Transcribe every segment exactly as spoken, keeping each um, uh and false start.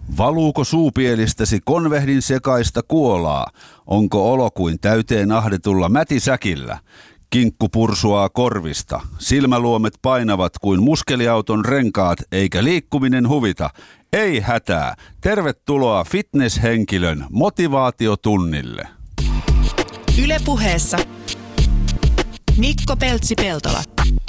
Valuuko suupielistäsi konvehdin sekaista kuolaa? Onko olo kuin täyteen ahdetulla mätisäkillä? Kinkku pursuaa korvista. Silmäluomet painavat kuin muskeliauton renkaat, eikä liikkuminen huvita. Ei hätää. Tervetuloa fitnesshenkilön motivaatiotunnille. Yle Puheessa Mikko Peltsi-Peltola.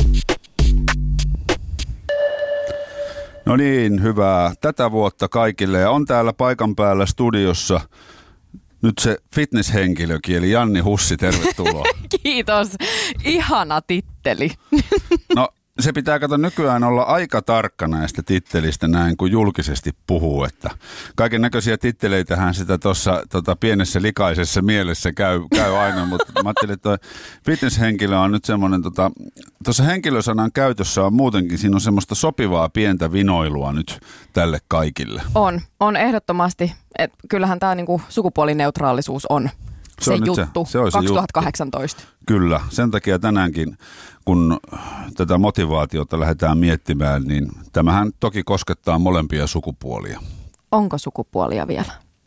No niin, hyvää tätä vuotta kaikille. Ja on täällä paikan päällä studiossa nyt se fitnesshenkilökin, eli Janni Hussi, tervetuloa. Kiitos. Ihana titteli. No se pitää kato nykyään olla aika tarkka näistä tittelistä näin, kun julkisesti puhuu, että kaiken näköisiä titteleitähän sitä tuossa tota, pienessä likaisessa mielessä käy, käy aina, mutta mä ajattelin, että fitnesshenkilö on nyt semmoinen, tuossa tota, henkilösanan käytössä on muutenkin, siinä on semmoista sopivaa pientä vinoilua nyt tälle kaikille. On, on ehdottomasti. Et kyllähän tämä niinku sukupuolineutraalisuus on se, se juttu, se, se kaksituhattakahdeksantoista. Juttu. Kyllä, sen takia tänäänkin, kun tätä motivaatiota lähdetään miettimään, niin tämähän toki koskettaa molempia sukupuolia. Onko sukupuolia vielä?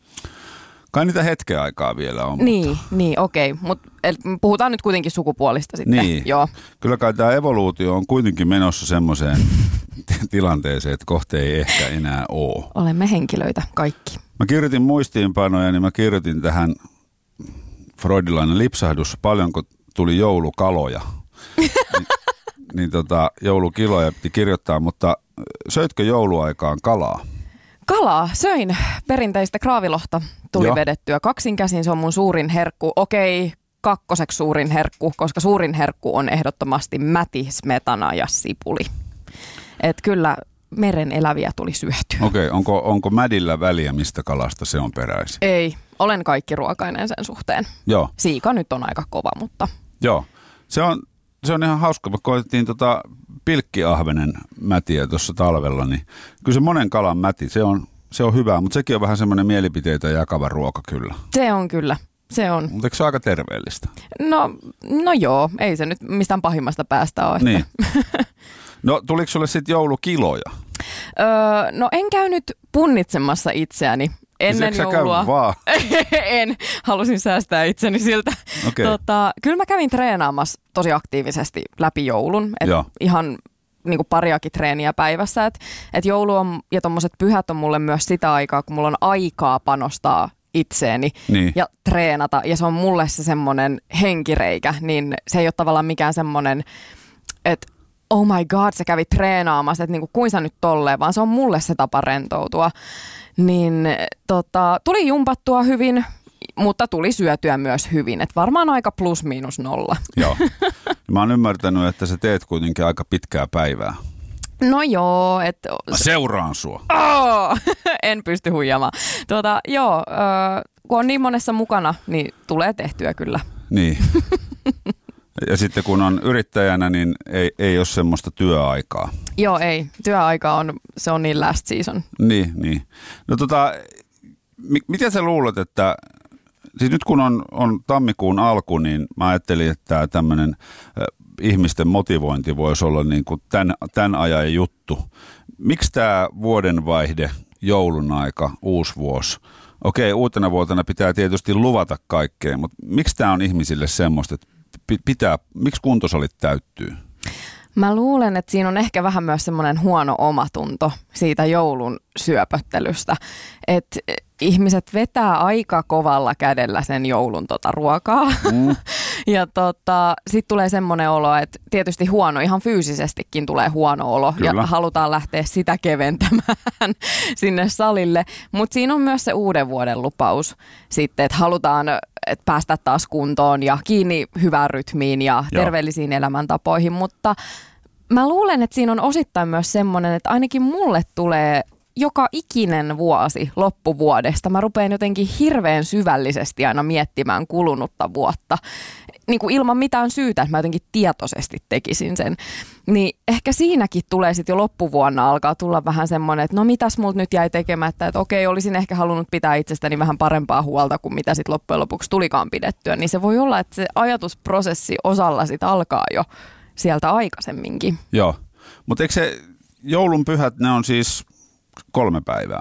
Kai niitä hetken aikaa vielä on. Niin, mutta... niin okei, mutta puhutaan nyt kuitenkin sukupuolista sitten. Niin, joo. Kyllä kai tämä evoluutio on kuitenkin menossa semmoiseen tilanteeseen, että kohta ei ehkä enää ole. Olemme henkilöitä kaikki. Mä kirjoitin muistiinpanoja, niin mä kirjoitin tähän freudilainen lipsahdus, paljonko tuli joulukaloja. niin, niin tota, joulukiloja piti kirjoittaa, mutta söitkö jouluaikaan kalaa? Kalaa söin. Perinteistä kraavilohta tuli Joo. vedettyä. Kaksin käsin se on mun suurin herkku. Okei, kakkoseksi suurin herkku, koska suurin herkku on ehdottomasti mäti, smetana ja sipuli. Et kyllä meren eläviä tuli syötyä. Okei, onko, onko mädillä väliä, mistä kalasta se on peräisin? Ei, olen kaikki ruokainen sen suhteen. Joo. Siika nyt on aika kova, mutta... Joo, se on, se on ihan hauska. Me koettiin tota pilkkiahvenen mätiä tuossa talvella, niin kyllä se monen kalan mäti, se on, se on hyvä, mutta sekin on vähän semmoinen mielipiteitä jakava ruoka kyllä. Se on kyllä, se on. Mutta eikö se ole aika terveellistä? No, no joo, ei se nyt mistään pahimmasta päästä ole. Niin. No tuliko sulle sitten joulukiloja? Öö, no en käynyt punnitsemassa itseäni ennen siis joulua. Käy vaan? En, halusin säästää itseni siltä. Okay. Tota, kyllä mä kävin treenaamassa tosi aktiivisesti läpi joulun. Et ihan niin kuin pariakin treeniä päivässä. Et, et joulu on, ja tommoset pyhät on mulle myös sitä aikaa, kun mulla on aikaa panostaa itseeni niin. ja treenata. Ja se on mulle se semmoinen henkireikä, niin se ei ole tavallaan mikään semmoinen, että oh my god, sä kävit treenaamassa, että niinku, kuin sä nyt tolleen, vaan se on mulle se tapa rentoutua. Niin tota, tuli jumpattua hyvin, mutta tuli syötyä myös hyvin. Et varmaan aika plus miinus nolla. Joo. Mä oon ymmärtänyt, että sä teet kuitenkin aika pitkää päivää. No joo. Et... Mä seuraan sua. Oh, en pysty huijamaan. Tuota, joo, äh, kun on niin monessa mukana, niin tulee tehtyä kyllä. Niin. Ja sitten kun on yrittäjänä, niin ei, ei ole semmoista työaikaa. Joo, ei. Työaika on, se on niin last season. Niin, niin. No tota, mi- mitä sä luulet, että, siis nyt kun on, on tammikuun alku, niin mä ajattelin, että tämmöinen äh, ihmisten motivointi voisi olla niin kuin tämän, tämän ajan juttu. Miksi tämä vuodenvaihde, joulun aika, uusi vuosi? Okei, uutena vuotena pitää tietysti luvata kaikkea, mutta miksi tämä on ihmisille semmoista, että pitää, miksi kuntosalit täyttyy? Mä luulen, että siinä on ehkä vähän myös semmoinen huono omatunto siitä joulun syöpöttelystä, että ihmiset vetää aika kovalla kädellä sen joulun tota ruokaa mm. ja tota, sitten tulee semmoinen olo, että tietysti huono, ihan fyysisestikin tulee huono olo. Kyllä. Ja halutaan lähteä sitä keventämään sinne salille, mutta siinä on myös se uuden vuoden lupaus sitten, että halutaan että päästä taas kuntoon ja kiinni hyvään rytmiin ja Joo. terveellisiin elämäntapoihin, mutta mä luulen, että siinä on osittain myös semmoinen, että ainakin mulle tulee joka ikinen vuosi loppuvuodesta. Mä rupean jotenkin hirveän syvällisesti aina miettimään kulunutta vuotta, niin kuin ilman mitään syytä, että mä jotenkin tietoisesti tekisin sen. Niin ehkä siinäkin tulee sitten jo loppuvuonna alkaa tulla vähän semmoinen, että no mitäs multa nyt jäi tekemättä, että okei, olisin ehkä halunnut pitää itsestäni vähän parempaa huolta kuin mitä sitten loppujen lopuksi tulikaan pidettyä. Niin se voi olla, että se ajatusprosessi osalla sitten alkaa jo sieltä aikaisemminkin. Joo, mutta eikö se joulun pyhät, ne on siis kolme päivää.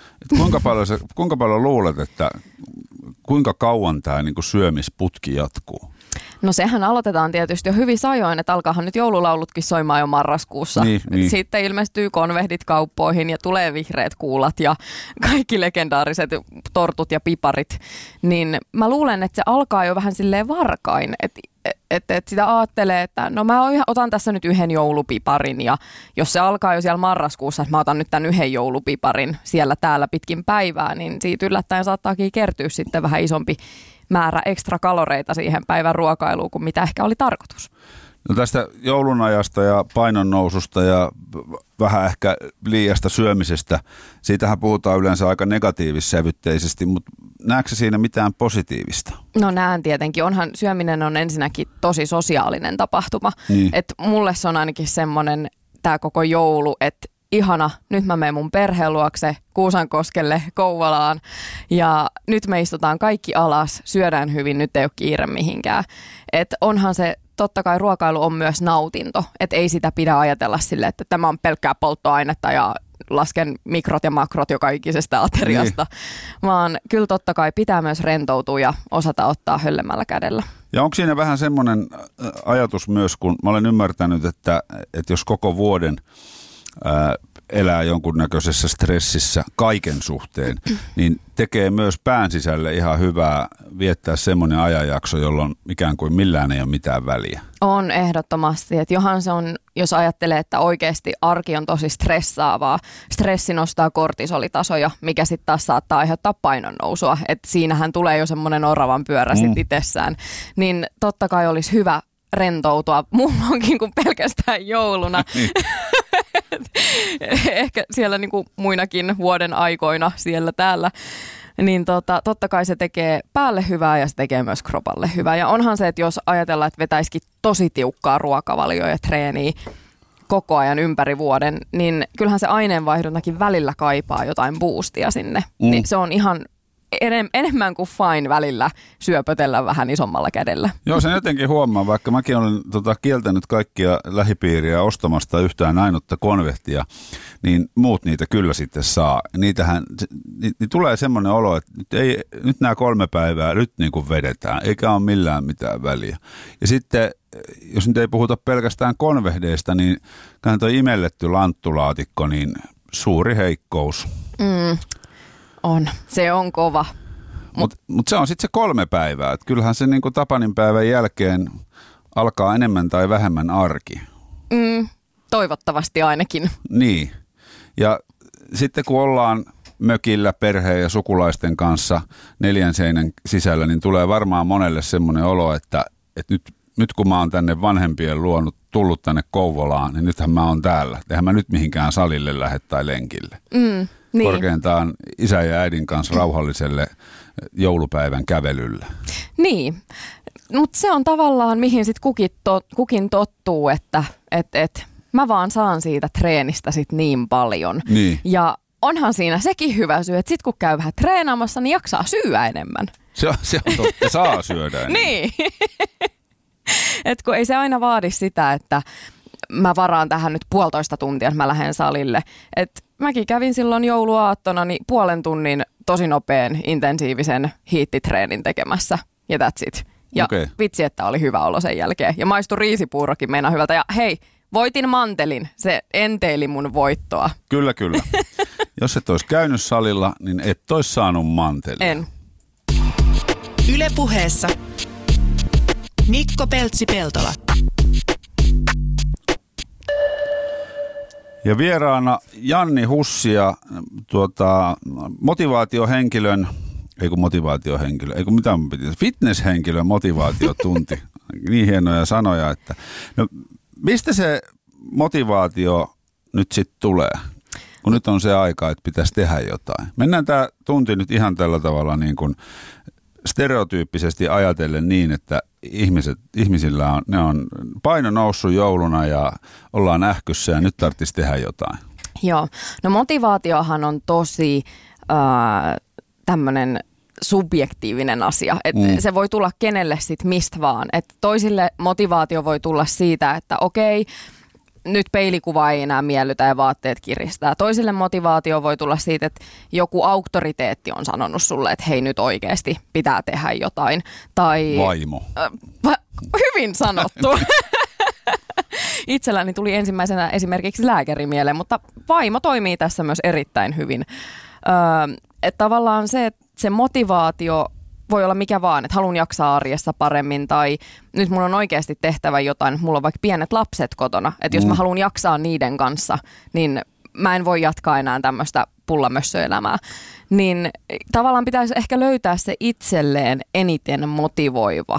että kuinka, paljon sä, kuinka paljon luulet, että kuinka kauan tämä niin kuin syömisputki jatkuu? No sehän aloitetaan tietysti jo hyvin sajoin, että alkaahan nyt joululaulutkin soimaan jo marraskuussa. Niin, niin. Sitten ilmestyy konvehdit kauppoihin ja tulee vihreät kuulat ja kaikki legendaariset tortut ja piparit. Niin mä luulen, että se alkaa jo vähän silleen varkain, että et, et sitä ajattelee, että no mä otan tässä nyt yhden joulupiparin ja jos se alkaa jo siellä marraskuussa, että mä otan nyt tämän yhden joulupiparin siellä täällä pitkin päivää, niin siitä yllättäen saattaakin kertyä sitten vähän isompi määrä ekstra kaloreita siihen päivän ruokailuun kuin mitä ehkä oli tarkoitus. No tästä joulunajasta ja painonnoususta ja vähän ehkä liiasta syömisestä, siitähän puhutaan yleensä aika negatiivissävytteisesti, mutta näetkö siinä mitään positiivista? No näen tietenkin. Onhan syöminen on ensinnäkin tosi sosiaalinen tapahtuma. Niin. Et mulle se on ainakin semmoinen tämä koko joulu, että ihana, nyt mä menen mun perheen luokse Kuusankoskelle, Kouvolaan ja nyt me istutaan kaikki alas, syödään hyvin, nyt ei ole kiire mihinkään. Et onhan se, totta kai ruokailu on myös nautinto, että ei sitä pidä ajatella silleen, että tämä on pelkkää polttoainetta ja lasken mikrot ja makrot joka ikisestä ateriasta, niin. Vaan kyllä totta kai pitää myös rentoutua ja osata ottaa höllemmällä kädellä. Ja onko siinä vähän semmoinen ajatus myös, kun mä olen ymmärtänyt, että, että jos koko vuoden ää, elää jonkunnäköisessä stressissä kaiken suhteen, niin tekee myös pään sisälle ihan hyvää viettää semmoinen ajanjakso, jolloin ikään kuin millään ei ole mitään väliä. On ehdottomasti, että johan se on, jos ajattelee, että oikeasti arki on tosi stressaavaa, stressi nostaa kortisolitasoja, mikä sitten taas saattaa aiheuttaa painonnousua, että siinähän tulee jo semmoinen oravan pyörä sit itsessään, niin totta kai olisi hyvä rentoutua muulloinkin kuin pelkästään jouluna. Ehkä siellä niin kuin muinakin vuoden aikoina siellä täällä. Niin tota, totta kai se tekee päälle hyvää ja se tekee myös kropalle hyvää. Ja onhan se, että jos ajatellaan, että vetäisikin tosi tiukkaa ruokavalioa ja treeniä koko ajan ympäri vuoden, niin kyllähän se aineenvaihduntakin välillä kaipaa jotain boostia sinne. Mm. Niin se on ihan enem, enemmän kuin fine välillä syöpötellä vähän isommalla kädellä. Joo, sen jotenkin huomaa, vaikka mäkin olen tota, kieltänyt kaikkia lähipiiriä ostamasta yhtään ainutta konvehtia, niin muut niitä kyllä sitten saa. Niitähän, ni, ni tulee semmoinen olo, että nyt, ei, nyt nämä kolme päivää nyt niin kuin vedetään, eikä ole millään mitään väliä. Ja sitten, jos nyt ei puhuta pelkästään konvehdeista, niin kyllähän tuo imelletty lanttulaatikko, niin suuri heikkous. Mm. On. Se on kova. Mutta mut se on sitten se kolme päivää. Et kyllähän se niinku Tapanin päivän jälkeen alkaa enemmän tai vähemmän arki. Mm, toivottavasti ainakin. Niin. Ja sitten kun ollaan mökillä perheen ja sukulaisten kanssa neljän seinän sisällä, niin tulee varmaan monelle semmoinen olo, että, että nyt, nyt kun mä oon tänne vanhempien luonut, tullut tänne Kouvolaan, niin nythän mä oon täällä. Eihän mä nyt mihinkään salille lähde tai lenkille. Mm. Niin. Korkeintaan isän ja äidin kanssa rauhalliselle joulupäivän kävelylle. Niin, mutta se on tavallaan mihin sitten kukin, to, kukin tottuu, että et, et, mä vaan saan siitä treenistä sit niin paljon. Niin. Ja onhan siinä sekin hyvä syy, että sit kun käy vähän treenaamassa, niin jaksaa syödä enemmän. Se on, se on totta, saa syödä enemmän. Niin, että kun ei se aina vaadi sitä, että mä varaan tähän nyt puolitoista tuntia, että mä lähden salille. Et mäkin kävin silloin jouluaattona niin puolen tunnin tosi nopean intensiivisen hiittitreenin tekemässä ja that's it. Ja okay. Vitsi, että oli hyvä olo sen jälkeen. Ja maistui riisipuurokin meinaa hyvältä. Ja hei, voitin mantelin. Se enteili mun voittoa. Kyllä, kyllä. Jos et olisi käynyt salilla, niin et olisi saanut mantelin. En. Yle Puheessa Mikko Peltsi-Peltola. Ja vieraana Janni Hussi ja tuota, motivaatiohenkilön, ei kun motivaatiohenkilö, ei kun mitä mun piti, fitnesshenkilön motivaatiotunti. Niin hienoja sanoja, että no mistä se motivaatio nyt sitten tulee? Kun nyt on se aika, että pitäisi tehdä jotain. Mennään tämä tunti nyt ihan tällä tavalla niin kuin stereotyyppisesti ajatellen niin, että ihmiset, ihmisillä on, ne on paino noussut jouluna ja ollaan ähkyssä ja nyt tarvitsisi tehdä jotain. Joo, no motivaatiohan on tosi äh, tämmöinen subjektiivinen asia. Et mm. Se voi tulla kenelle sit mistä vaan. Et toisille motivaatio voi tulla siitä, että okei, nyt peilikuva ei enää miellytä ja vaatteet kiristää. Toisille motivaatio voi tulla siitä, että joku auktoriteetti on sanonut sulle, että hei nyt oikeasti pitää tehdä jotain. Tai, vaimo. Äh, hyvin sanottu. Itselläni tuli ensimmäisenä esimerkiksi lääkäri mieleen, mutta vaimo toimii tässä myös erittäin hyvin. Öö, että tavallaan se, että se motivaatio voi olla mikä vaan, että haluan jaksaa arjessa paremmin tai nyt mulla on oikeasti tehtävä jotain, mulla on vaikka pienet lapset kotona, että jos mm. mä haluan jaksaa niiden kanssa, niin mä en voi jatkaa enää tämmöistä pullamössöelämää. Niin tavallaan pitäisi ehkä löytää se itselleen eniten motivoiva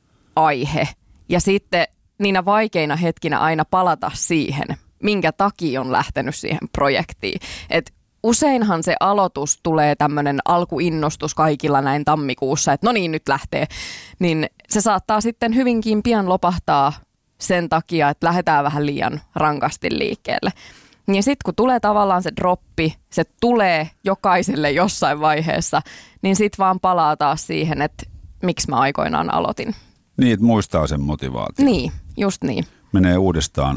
aihe ja sitten niinä vaikeina hetkinä aina palata siihen, minkä takia on lähtenyt siihen projektiin. Et useinhan se aloitus tulee tämmöinen alkuinnostus kaikilla näin tammikuussa, että no niin nyt lähtee, niin se saattaa sitten hyvinkin pian lopahtaa sen takia, että lähdetään vähän liian rankasti liikkeelle. Ja sitten kun tulee tavallaan se droppi, se tulee jokaiselle jossain vaiheessa, niin sitten vaan palaa taas siihen, että miksi mä aikoinaan aloitin. Niin, että muistaa sen motivaation. Niin, just niin. Menee uudestaan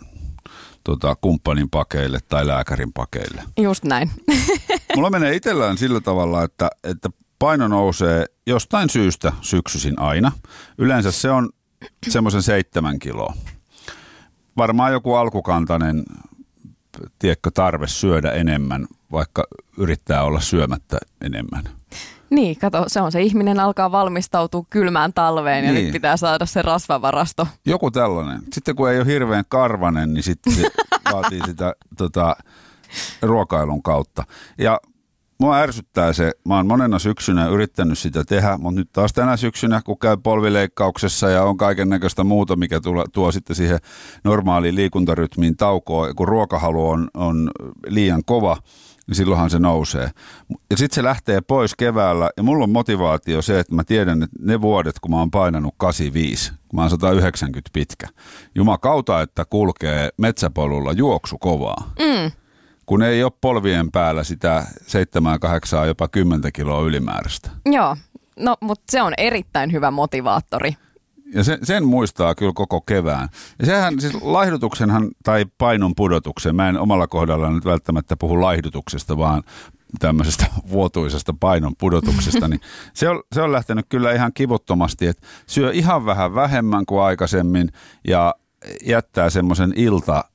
tota, kumppanin pakeille tai lääkärin pakeille. Just näin. Mulla menee itsellään sillä tavalla, että, että paino nousee jostain syystä syksyisin aina. Yleensä se on semmoisen seitsemän kiloa. Varmaan joku alkukantainen tiedätkö, tarve syödä enemmän, vaikka yrittää olla syömättä enemmän. Niin, kato, se on se ihminen alkaa valmistautua kylmään talveen ja niin. Nyt pitää saada se rasvavarasto. Joku tällainen. Sitten kun ei ole hirveän karvanen, niin sitten se vaatii sitä tota, ruokailun kautta. Ja mua ärsyttää se, mä oon monena syksynä yrittänyt sitä tehdä, mutta nyt taas tänä syksynä, kun käy polvileikkauksessa ja on kaiken näköistä muuta, mikä tuo, tuo sitten siihen normaaliin liikuntarytmiin taukoon, kun ruokahalu on, on liian kova, niin silloinhan se nousee. Ja sitten se lähtee pois keväällä ja mulla on motivaatio se, että mä tiedän, että ne vuodet, kun mä oon painanut kahdeksankymmentäviisi, kun mä oon sata yhdeksänkymmentä pitkä, jumakauta, että kulkee metsäpolulla juoksu kovaa. Mm. Kun ei ole polvien päällä sitä seitsemän, kahdeksan, jopa kymmenen kiloa ylimääräistä. Joo, no mutta se on erittäin hyvä motivaattori. Ja sen, sen muistaa kyllä koko kevään. Ja sehän siis laihdutuksenhan tai painon pudotuksen, mä en omalla kohdalla nyt välttämättä puhu laihdutuksesta, vaan tämmöisestä vuotuisesta painon pudotuksesta, niin se on, se on lähtenyt kyllä ihan kivuttomasti, että syö ihan vähän vähemmän kuin aikaisemmin ja jättää semmoisen ilta,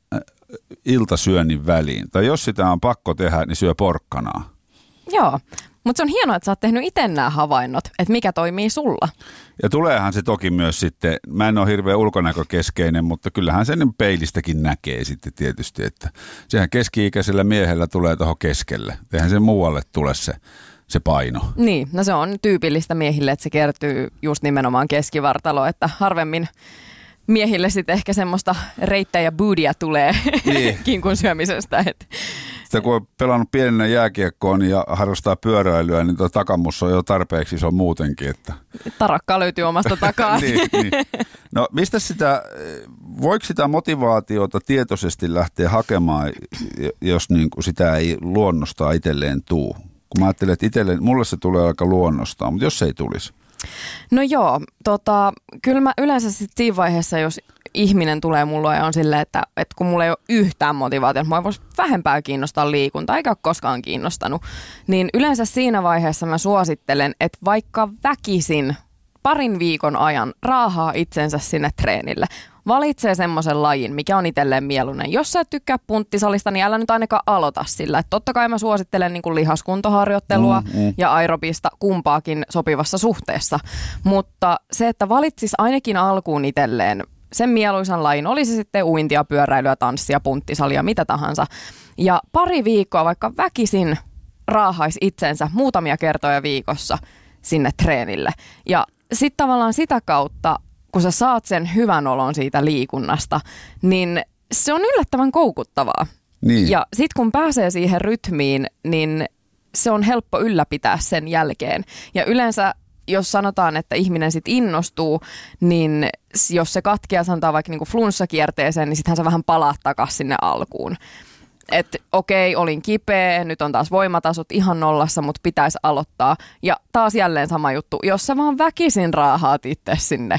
iltasyönnin väliin. Tai jos sitä on pakko tehdä, niin syö porkkanaa. Joo, mutta se on hienoa, että sä oot tehnyt itse nämä havainnot, että mikä toimii sulla. Ja tuleehan se toki myös sitten, mä en ole hirveän ulkonäkökeskeinen, mutta kyllähän sen peilistäkin näkee sitten tietysti, että sehän keski-ikäisellä miehellä tulee tuohon keskelle. Eihän sen muualle tule se, se paino. Niin, no se on tyypillistä miehille, että se kertyy just nimenomaan keskivartaloon, että harvemmin miehille sitten ehkä semmoista reittä ja boodia tulee niin. kinkun syömisestä. Että sitä kun on pelannut pienenä jääkiekkoon ja harrastaa pyöräilyä, niin tuo takamus on jo tarpeeksi iso muutenkin. Että tarakkaa löytyy omasta takaa. niin, niin. No mistä sitä, voiko sitä motivaatiota tietoisesti lähteä hakemaan, jos niin kuin sitä ei luonnostaa itselleen tuu? Kun mä ajattelen, että itselleen, mulle se tulee aika luonnostaan, mutta jos se ei tulisi? No joo, tota, kyllä mä yleensä sit siinä vaiheessa, jos ihminen tulee mulle ja on silleen, että, että kun mulla ei ole yhtään motivaatiota, mä voisi vähempää kiinnostaa liikuntaa, eikä ole koskaan kiinnostanut, niin yleensä siinä vaiheessa mä suosittelen, että vaikka väkisin parin viikon ajan raahaa itsensä sinne treenille. Valitsee semmoisen lajin, mikä on itselleen mieluinen. Jos sä et tykkää punttisalista, niin älä nyt ainakaan aloita sillä. Että totta kai mä suosittelen niin kuin lihaskuntoharjoittelua mm, mm. ja aerobista kumpaakin sopivassa suhteessa. Mutta se, että valitsis ainakin alkuun itselleen sen mieluisan lajin, oli se sitten uintia, pyöräilyä, tanssia, punttisalia, mitä tahansa. Ja pari viikkoa vaikka väkisin raahaisi itsensä muutamia kertoja viikossa sinne treenille. Ja sitten tavallaan sitä kautta, kun sä saat sen hyvän olon siitä liikunnasta, niin se on yllättävän koukuttavaa. Niin. Ja sitten kun pääsee siihen rytmiin, niin se on helppo ylläpitää sen jälkeen. Ja yleensä, jos sanotaan, että ihminen sitten innostuu, niin jos se katkeaa, sanotaan vaikka niinku flunssakierteeseen, niin sittenhän sä vähän palaat takaisin sinne alkuun. Että okei, olin kipeä, nyt on taas voimatasot ihan nollassa, mutta pitäisi aloittaa. Ja taas jälleen sama juttu, jos sä vaan väkisin raahaat itse sinne,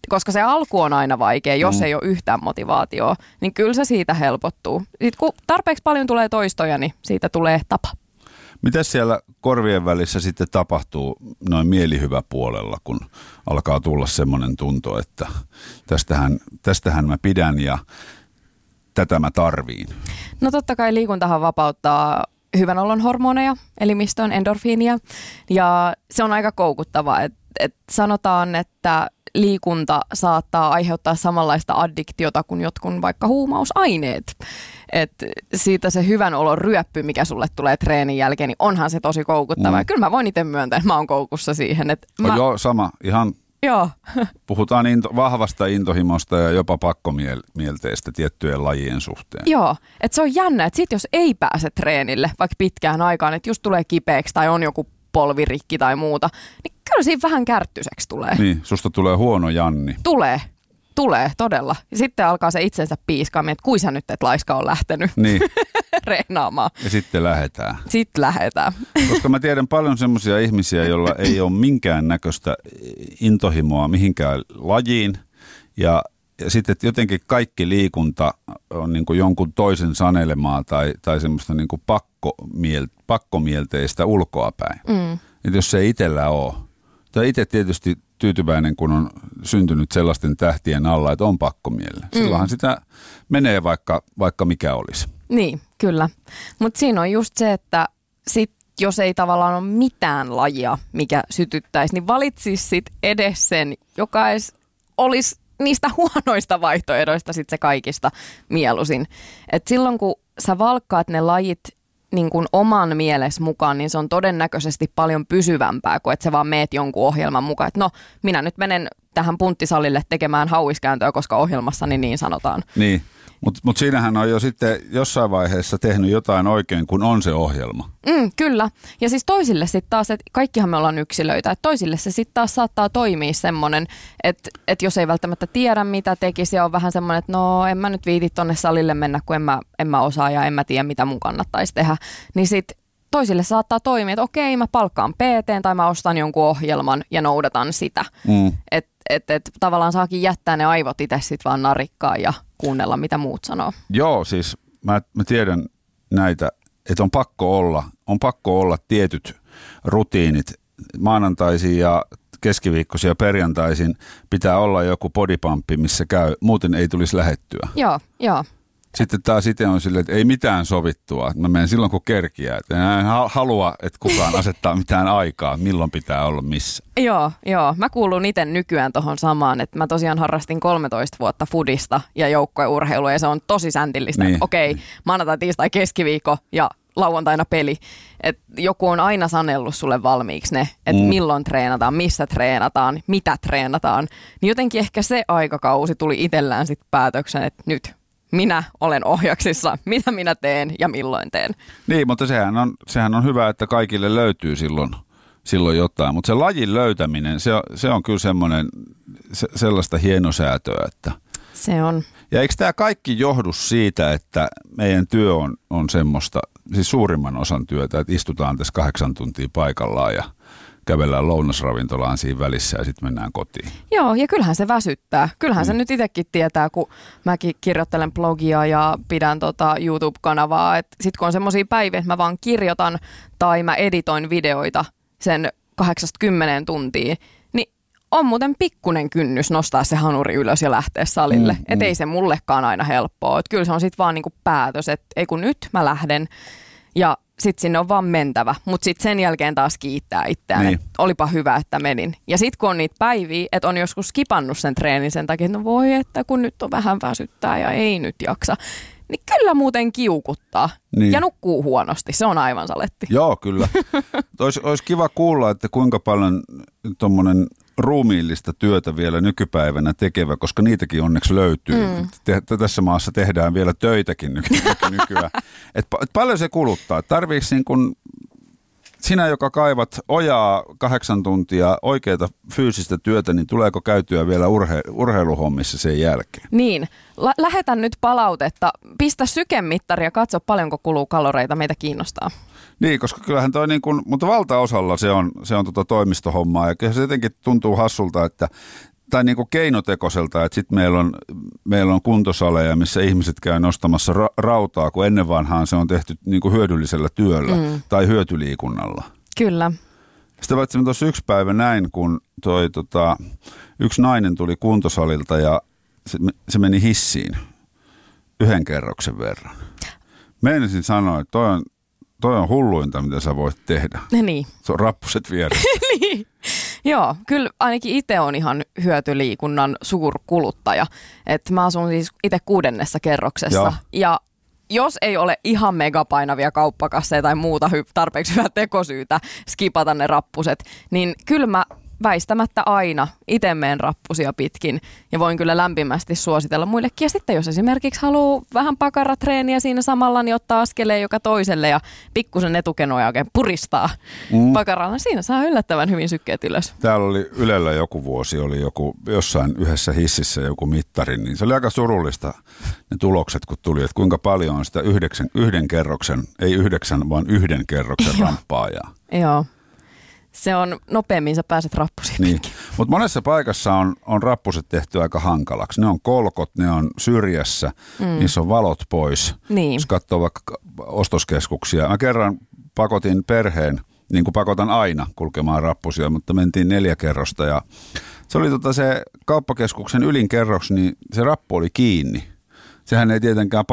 koska se alku on aina vaikea, jos mm. ei ole yhtään motivaatiota, niin kyllä se siitä helpottuu. Sitten kun tarpeeksi paljon tulee toistoja, niin siitä tulee tapa. Mitäs siellä korvien välissä sitten tapahtuu noin mielihyväpuolella, kun alkaa tulla semmoinen tunto, että tästähän, tästähän mä pidän ja tätä mä tarviin? No totta kai liikuntahan vapauttaa hyvän olon hormoneja, elimistöön endorfiinia, ja se on aika koukuttavaa, että et sanotaan, että liikunta saattaa aiheuttaa samanlaista addiktiota kuin jotkun vaikka huumausaineet. Että siitä se hyvän olon ryöppy, mikä sulle tulee treenin jälkeen, niin onhan se tosi koukuttava. Mm. Ja kyllä mä voin itse myöntää, että mä oon koukussa siihen. Että no mä... Joo, sama. Ihan joo. Puhutaan into, vahvasta intohimosta ja jopa pakkomielteistä tiettyjen lajien suhteen. Joo, että se on jännä, että sit jos ei pääse treenille vaikka pitkään aikaan, että just tulee kipeäksi tai on joku polvirikki tai muuta, niin kyllä siinä vähän kärttyseksi tulee. Niin, susta tulee huono Janni. Tulee. Tulee, todella. Ja sitten alkaa se itsensä piiskaamaan, että kui sä nyt et laiska on lähtenyt niin. reenaamaan. Ja sitten lähdetään. Sitten lähdetään. Koska mä tiedän paljon semmoisia ihmisiä, joilla ei ole minkään näköistä intohimoa mihinkään lajiin. Ja, ja sitten jotenkin kaikki liikunta on niin kuin jonkun toisen sanelemaa tai, tai semmoista niin kuin pakkomiel, pakkomielteistä ulkoapäin. Mm. Että jos se ei itsellä ole. Tai itse tietysti tyytyväinen, kun on syntynyt sellaisten tähtien alla, että on pakkomielle. Silloinhan mm. sitä menee vaikka, vaikka mikä olisi. Niin, kyllä. Mutta siinä on just se, että sit, jos ei tavallaan ole mitään lajia, mikä sytyttäisi, niin valitsisi sit edes sen, joka edes olisi niistä huonoista vaihtoehdoista sit se kaikista mieluisin. Et silloin, kun sä valkkaat ne lajit niin kuin oman mieles mukaan, niin se on todennäköisesti paljon pysyvämpää kuin että sä vaan meet jonkun ohjelman mukaan. Että no, minä nyt menen tähän punttisalille tekemään hauiskääntöä, koska ohjelmassani niin sanotaan. Niin, mutta mut siinähän on jo sitten jossain vaiheessa tehnyt jotain oikein, kun on se ohjelma. Mm, kyllä. Ja siis toisille sitten taas, että kaikkihan me ollaan yksilöitä, että toisille se sitten taas saattaa toimia semmoinen, että, että jos ei välttämättä tiedä mitä tekisi ja on vähän semmoinen, että no en mä nyt viiti tonne salille mennä, kun en mä, en mä osaa ja en mä tiedä mitä mun kannattaisi tehdä, niin sitten toisille saattaa toimia, että okei mä palkkaan P T:n tai mä ostan jonkun ohjelman ja noudatan sitä. Mm. Että et, et, tavallaan saakin jättää ne aivot itse sitten vaan narikkaan ja kuunnella mitä muut sanoo. Joo, siis mä, mä tiedän näitä, että on pakko olla, on pakko olla tietyt rutiinit. Maanantaisin ja keskiviikkoisin ja perjantaisin pitää olla joku bodypumppi, missä käy, muuten ei tulisi lähettyä. Joo, joo. Sitten taas itse on silleen, että ei mitään sovittua. Mä menen silloin, kun kerkiää. En halua, että kukaan asettaa mitään aikaa, milloin pitää olla missä. Joo, joo. Mä kuulun itse nykyään tohon samaan, että mä tosiaan harrastin kolmetoista vuotta fudista ja joukkueurheilua ja se on tosi säntillistä. Niin. Okei, maanantai, tiistai, keskiviikko ja lauantaina peli. Et joku on aina sanellut sulle valmiiksi ne, että mm. milloin treenataan, missä treenataan, mitä treenataan. Niin jotenkin ehkä se aikakausi tuli itsellään sitten päätöksen, että nyt minä olen ohjaksissa, mitä minä teen ja milloin teen. Niin, mutta sehän on, sehän on hyvä, että kaikille löytyy silloin, silloin jotain. Mutta se lajin löytäminen, se on, se on kyllä semmoinen, se, sellaista hienosäätöä. Että se on. Ja eikö tämä kaikki johdu siitä, että meidän työ on, on semmoista, siis suurimman osan työtä, että istutaan tässä kahdeksan tuntia paikallaan ja kävellään lounasravintolaan siinä välissä ja sitten mennään kotiin. Joo, ja kyllähän se väsyttää. Kyllähän mm. se nyt itsekin tietää, kun mäkin kirjoittelen blogia ja pidän tota YouTube-kanavaa. Sitten kun on semmoisia päiviä, että mä vaan kirjoitan tai mä editoin videoita sen kahdeksasta kymmeneen tuntiin, niin on muuten pikkunen kynnys nostaa se hanuri ylös ja lähteä salille. Mm, että mm. ei se mullekaan aina helppoa. Et kyllä se on sitten vaan niinku päätös, että ei kun nyt mä lähden ja sitten sinne on vaan mentävä, mutta sitten sen jälkeen taas kiittää itseään, niin. Että olipa hyvä, että menin. Ja sitten kun on niitä päiviä, että on joskus skipannut sen treenin sen takia, että no voi, että kun nyt on vähän väsyttää ja ei nyt jaksa, niin kyllä muuten kiukuttaa. Niin. Ja nukkuu huonosti, se on aivan saletti. Joo, kyllä. Olisi, olisi kiva kuulla, että kuinka paljon tuommoinen ruumiillista työtä vielä nykypäivänä tekevä, koska niitäkin onneksi löytyy. Mm. Te, tässä maassa tehdään vielä töitäkin nykyään. Et, et paljon se kuluttaa. Tarviiko niin kun sinä, joka kaivat ojaa kahdeksan tuntia oikeaa fyysistä työtä, niin tuleeko käytyä vielä urhe, urheiluhommissa sen jälkeen? Niin. Lä- lähetän nyt palautetta. Pistä sykemittari ja katso paljonko kuluu kaloreita. Meitä kiinnostaa. Niin, koska kyllähän toi niin kuin, mutta valtaosalla se on, se on tota toimistohommaa ja kyllä se jotenkin tuntuu hassulta, että tai niin kuin keinotekoiselta, että sitten meillä on, meillä on kuntosaleja, missä ihmiset käy nostamassa ra- rautaa, kun ennen vanhaan se on tehty niin kuin hyödyllisellä työllä mm. tai hyötyliikunnalla. Kyllä. Sitten paitsi mä tuossa yksi päivä näin, kun toi, tota, yksi nainen tuli kuntosalilta ja se, se meni hissiin yhden kerroksen verran. Meinasin sanoa, että toi on, toi on hulluinta, mitä sä voit tehdä. Niin. Se on rappuset vieressä. Niin. Joo, kyllä ainakin itse on ihan hyötyliikunnan suurkuluttaja. Että mä asun siis itse kuudennessa kerroksessa. Joo. Ja jos ei ole ihan megapainavia kauppakasseja tai muuta hy- tarpeeksi hyvää tekosyytä skipata ne rappuset, niin kyllä mä väistämättä aina itse meen rappusia pitkin ja voin kyllä lämpimästi suositella muillekin. Ja sitten jos esimerkiksi haluaa vähän pakaratreeniä siinä samalla, niin ottaa askeleen joka toiselle ja pikkusen etukenoja oikein puristaa mm. pakaralla. Siinä saa yllättävän hyvin sykkeet ylös. Täällä oli Ylellä joku vuosi, oli joku jossain yhdessä hississä joku mittari, niin se oli aika surullista ne tulokset, kun tuli, että kuinka paljon on sitä yhdeksän, yhden kerroksen, ei yhdeksän, vaan yhden kerroksen ramppaajaa. Joo. Se on nopeammin, sä pääset rappusiin. Niin. Mutta monessa paikassa on, on rappuset tehty aika hankalaksi. Ne on kolkot, ne on syrjässä, mm. niissä on valot pois. Niin. Jos katsoo vaikka ostoskeskuksia. Mä kerran pakotin perheen, niin kuin pakotan aina kulkemaan rappusia, mutta mentiin neljä kerrosta. Ja se oli tota se kauppakeskuksen ylin kerroks, niin se rappu oli kiinni. Sehän ei tietenkään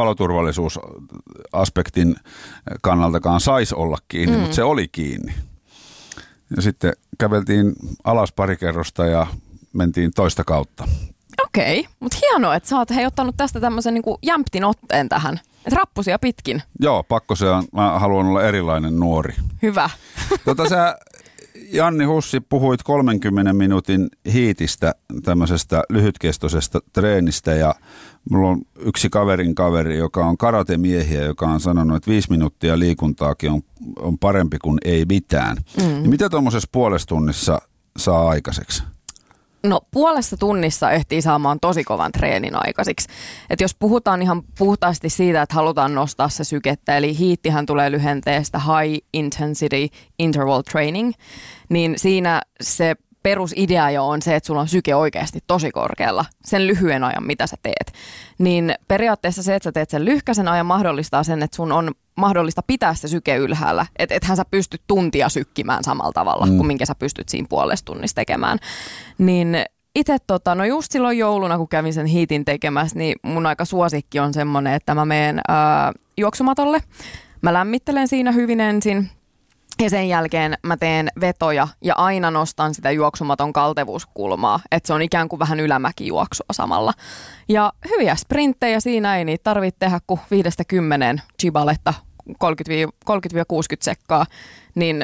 paloturvallisuusaspektin kannaltakaan saisi olla kiinni, mm. mutta se oli kiinni. Ja sitten käveltiin alas pari kerrosta ja mentiin toista kautta. Okei, mutta hienoa, että sä oot hei, ottanut tästä tämmöisen niin kuin jämptin otteen tähän. Että rappusia pitkin. Joo, pakko se on. Mä haluan olla erilainen nuori. Hyvä. Tota sä, Janni Hussi, puhuit kolmenkymmenen minuutin hiitistä, tämmöisestä lyhytkestoisesta treenistä ja mulla on yksi kaverin kaveri, joka on karatemiehiä, joka on sanonut, että viisi minuuttia liikuntaakin on, on parempi kuin ei mitään. Mm. Niin mitä tuommoisessa puolessa tunnissa saa aikaiseksi? No puolessa tunnissa ehtii saamaan tosi kovan treenin aikaisiksi. Et jos puhutaan ihan puhtaasti siitä, että halutaan nostaa se sykettä, eli hiittihän tulee lyhenteestä high intensity interval training, niin siinä se perusidea jo on se, että sulla on syke oikeasti tosi korkealla sen lyhyen ajan, mitä sä teet. Niin periaatteessa se, että sä teet sen lyhkäisen ajan mahdollistaa sen, että sun on mahdollista pitää se syke ylhäällä. Että ethän sä pystyt tuntia sykkimään samalla tavalla mm. kuin minkä sä pystyt siinä puolesta tunnissa tekemään. Niin itse tota, no just silloin jouluna, kun kävin sen hiitin tekemässä, niin mun aika suosikki on semmoinen, että mä menen ää, juoksumatolle. Mä lämmittelen siinä hyvin ensin. Ja sen jälkeen mä teen vetoja ja aina nostan sitä juoksumaton kaltevuuskulmaa, että se on ikään kuin vähän ylämäkijuoksua samalla. Ja hyviä sprinttejä siinä ei niitä tarvitse tehdä kuin viidestä kymmeneen chibaletta kolmekymmentä kuusikymmentä sekkaa, niin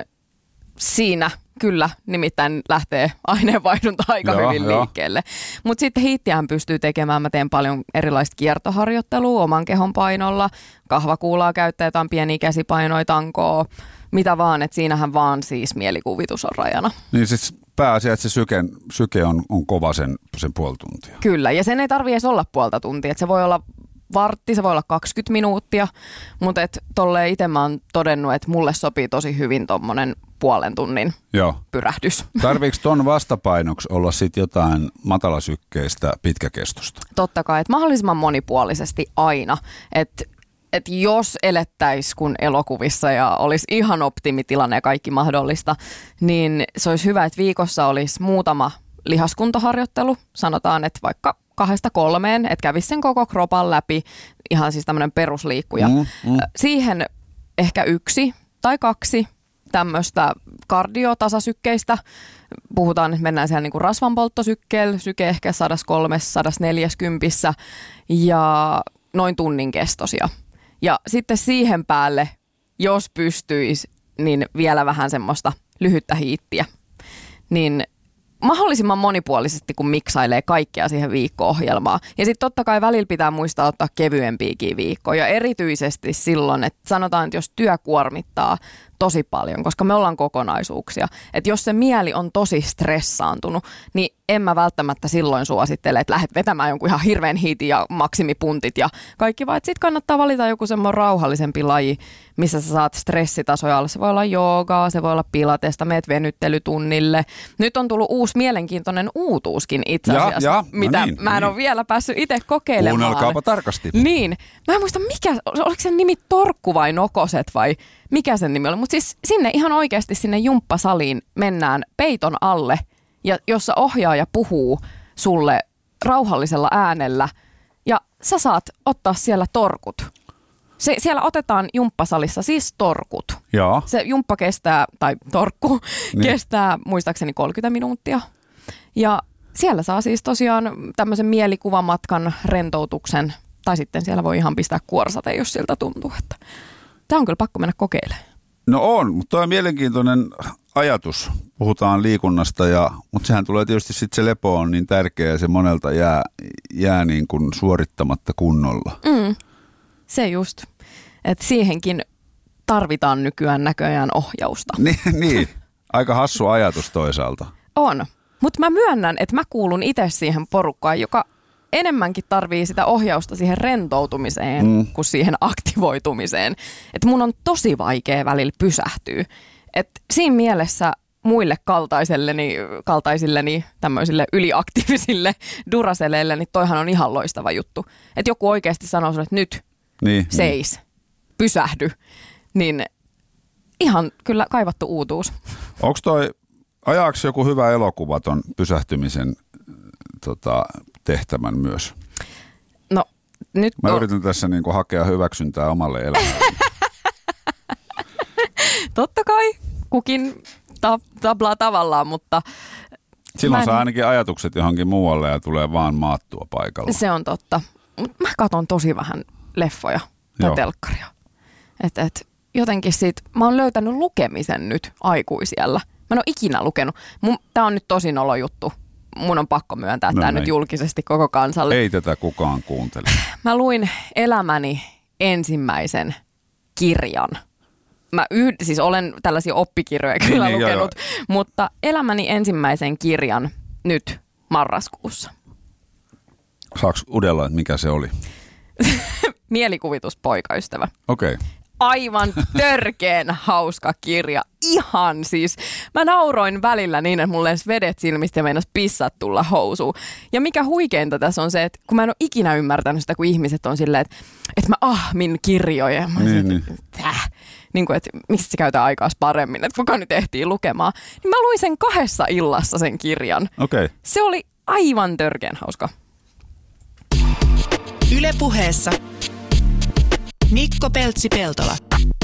siinä kyllä nimittäin lähtee aineenvaihdunta aika joo, hyvin jo. liikkeelle. Mutta sitten hiittiähän pystyy tekemään, mä teen paljon erilaista kiertoharjoittelua oman kehon painolla, kahvakuulaa käyttää jotain pieniä käsipainoja, tankoa, mitä vaan, että siinähän vaan siis mielikuvitus on rajana. Niin siis pääasia, että se syke, syke on, on kova sen, sen puoli tuntia. Kyllä, ja sen ei tarvitse edes olla puolta tuntia, että se voi olla vartti, se voi olla kaksikymmentä minuuttia, mutta et tolleen itse mä oon todennut, että mulle sopii tosi hyvin tommonen puolen tunnin Joo. pyrähdys. Tarviiko ton vastapainoksi olla sitten jotain matalasykkeistä pitkäkestosta? Totta kai, että mahdollisimman monipuolisesti aina, että että jos elettäisiin kun elokuvissa ja olisi ihan optimitilanne ja kaikki mahdollista, niin se olisi hyvä, että viikossa olisi muutama lihaskuntoharjoittelu. Sanotaan, että vaikka kahdesta kolmeen, että kävisi sen koko kropan läpi, ihan siis tämmöinen perusliikkuja. Mm, mm. Siihen ehkä yksi tai kaksi tämmöistä kardiotasasykkeistä. Puhutaan, että mennään siellä niinku rasvanpolttosykkeellä, syke ehkä sata kolme sata neljäkymmentä ja noin tunnin kestoisia. Ja sitten siihen päälle, jos pystyisi, niin vielä vähän semmoista lyhyttä hiittiä. Niin mahdollisimman monipuolisesti, kun miksailee kaikkea siihen viikko-ohjelmaan. Ja sitten totta kai välillä pitää muistaa ottaa kevyempiäkin viikkoja. Erityisesti silloin, että sanotaan, että jos työ kuormittaa tosi paljon, koska me ollaan kokonaisuuksia. Että jos se mieli on tosi stressaantunut, niin en mä välttämättä silloin suosittele, että lähdet vetämään jonkun ihan hirveän hiitin ja maksimipuntit ja kaikki, vaan sitten kannattaa valita joku semmoinen rauhallisempi laji, missä sä saat stressitasoja alle. Se voi olla joogaa, se voi olla pilatesta, meet venyttelytunnille. Nyt on tullut uusi mielenkiintoinen uutuuskin itse asiassa, ja, ja. No mitä niin, mä en niin. ole vielä päässyt itse kokeilemaan. Kuunnelkaapa tarkasti. Niin. Mä en muista, mikä, oliko se nimi Torkku vai Nokoset vai mikä sen nimi oli. Mutta siis sinne ihan oikeasti sinne jumppasaliin mennään peiton alle, ja jossa ohjaaja puhuu sulle rauhallisella äänellä ja sä saat ottaa siellä torkut. Se, siellä otetaan jumppasalissa siis torkut. Joo. Se jumppa kestää, tai torkku niin. kestää muistaakseni kolmekymmentä minuuttia. Ja siellä saa siis tosiaan tämmöisen mielikuvamatkan rentoutuksen, tai sitten siellä voi ihan pistää kuorsate, jos siltä tuntuu. Että tämä on kyllä pakko mennä kokeilemaan. No on, mutta tuo on mielenkiintoinen ajatus. Puhutaan liikunnasta, ja, mutta sehän tulee tietysti sitten se lepo on niin tärkeä ja se monelta jää, jää niin kuin suorittamatta kunnolla. Mm, se just, että siihenkin tarvitaan nykyään näköjään ohjausta. Niin, niin. Aika hassu ajatus toisaalta. On, mutta mä myönnän, että mä kuulun itse siihen porukkaan, joka enemmänkin tarvii sitä ohjausta siihen rentoutumiseen mm. kuin siihen aktivoitumiseen. Että mun on tosi vaikea välillä pysähtyä. Että siinä mielessä muille kaltaiselleni, kaltaisilleni tämmöisille yliaktiivisille duraceleille, niin toihan on ihan loistava juttu. Että joku oikeasti sanoo sulle, että nyt niin, seis, niin. pysähdy, niin ihan kyllä kaivattu uutuus. Onko toi, ajaako joku hyvä elokuva ton pysähtymisen tota, tehtävän myös? No nyt Mä on... yritän tässä niinku hakea hyväksyntää omalle elämälle. Totta kai, kukin ta- tablaa tavallaan, mutta... Silloin en... saa ainakin ajatukset johonkin muualle ja tulee vaan maattua paikalla. Se on totta. Mut mä katson tosi vähän leffoja tai Joo. telkkaria. Et, et, jotenkin siitä, mä oon löytänyt lukemisen nyt aikuisiellä. Mä en ole ikinä lukenut. Mun, tää on nyt tosi nolo juttu. Mun on pakko myöntää No tää näin. nyt julkisesti koko kansalle. Ei tätä kukaan kuuntele. Mä luin elämäni ensimmäisen kirjan. Mä yh, siis olen tällaisia oppikirjoja kyllä niin, lukenut, joo, mutta elämäni ensimmäisen kirjan nyt marraskuussa. Saaks udella, että mikä se oli? Mielikuvitus poikaystävä. Okei. Okay. Aivan törkeen hauska kirja. Ihan siis. Mä nauroin välillä niin, että mulle edes vedet silmistä ja meinas pissat tulla housuun. Ja mikä huikeinta tässä on se, että kun mä en ole ikinä ymmärtänyt sitä, kun ihmiset on silleen, että, että mä ahmin kirjoja. Mä niin, sit, niin. Täh. Niin kuin, että miksi se käytä aikaa paremmin, että kuka nyt ehtii lukemaan. Niin mä luin sen kahdessa illassa sen kirjan. Okei. Okay. Se oli aivan törkeen hauska. Yle Puheessa Mikko Peltsi-Peltola.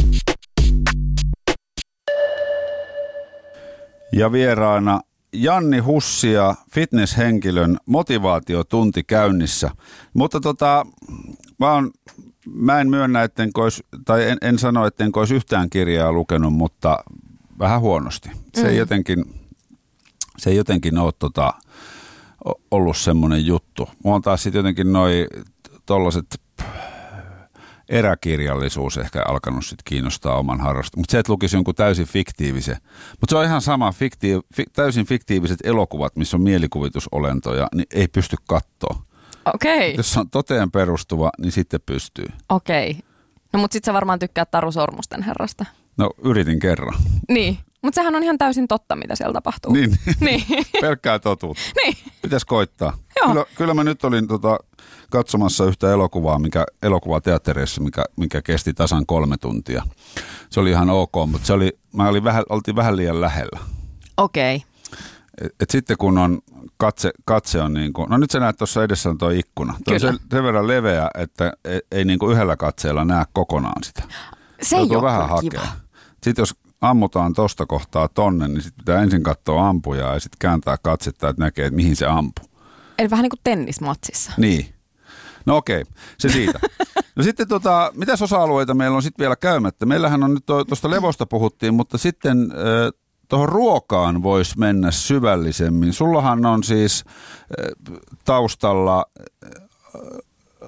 Ja vieraana Janni Hussi ja fitnesshenkilön motivaatiotunti käynnissä. Mutta tota, mä, on, mä en myönnä, etten kois, tai en, en sano, etten kois yhtään kirjaa lukenut, mutta vähän huonosti. Se ei Mm. jotenkin, se ei jotenkin ole tota, ollut semmoinen juttu. Mulla on taas sitten jotenkin noi tollaset eräkirjallisuus ehkä alkanut sit kiinnostaa oman harrastuksen. Mutta se, että lukisi jonkun täysin fiktiivisen. Mutta se on ihan sama, fikti- fi- täysin fiktiiviset elokuvat, missä on mielikuvitusolentoja, niin ei pysty katsoa. Okei, Jos se on toteen perustuva, niin sitten pystyy. okei. No mut sit sä varmaan tykkäät Taru Sormusten herrasta. No yritin kerran. Niin, mutta sehän on ihan täysin totta, mitä siellä tapahtuu. Niin, Niin. pelkkää totuutta. Niin. Pitäisi koittaa. Joo. Kyllä, kyllä mä nyt olin tota, katsomassa yhtä elokuvaa, mikä elokuvateatterissa, mikä, mikä kesti tasan kolme tuntia. Se oli ihan ok, mutta se oli, mä olin vähän, oltiin vähän liian lähellä. Okei. Et, et sitten kun on katse, katse on niin kuin, no nyt sä näet tuossa edessä on tuo ikkuna. Tuo on Kyllä. sen, sen verran leveä, että ei, ei niin kuin yhdellä katseella näe kokonaan sitä. Se ei Joutuu ole vähän kyllä hakea. kiva. Sitten jos ammutaan tosta kohtaa tonne, niin sitten pitää ensin katsoa ampujaa ja sitten kääntää katsetta, että näkee, että mihin se ampuu. Eli vähän niin kuin tennismatsissa. Niin. No okei, se siitä. No sitten tota, mitäs osa-alueita meillä on sitten vielä käymättä? Meillähän on nyt tuosta levosta puhuttiin, mutta sitten äh, tuohon ruokaan voisi mennä syvällisemmin. Sullahan on siis äh, taustalla äh,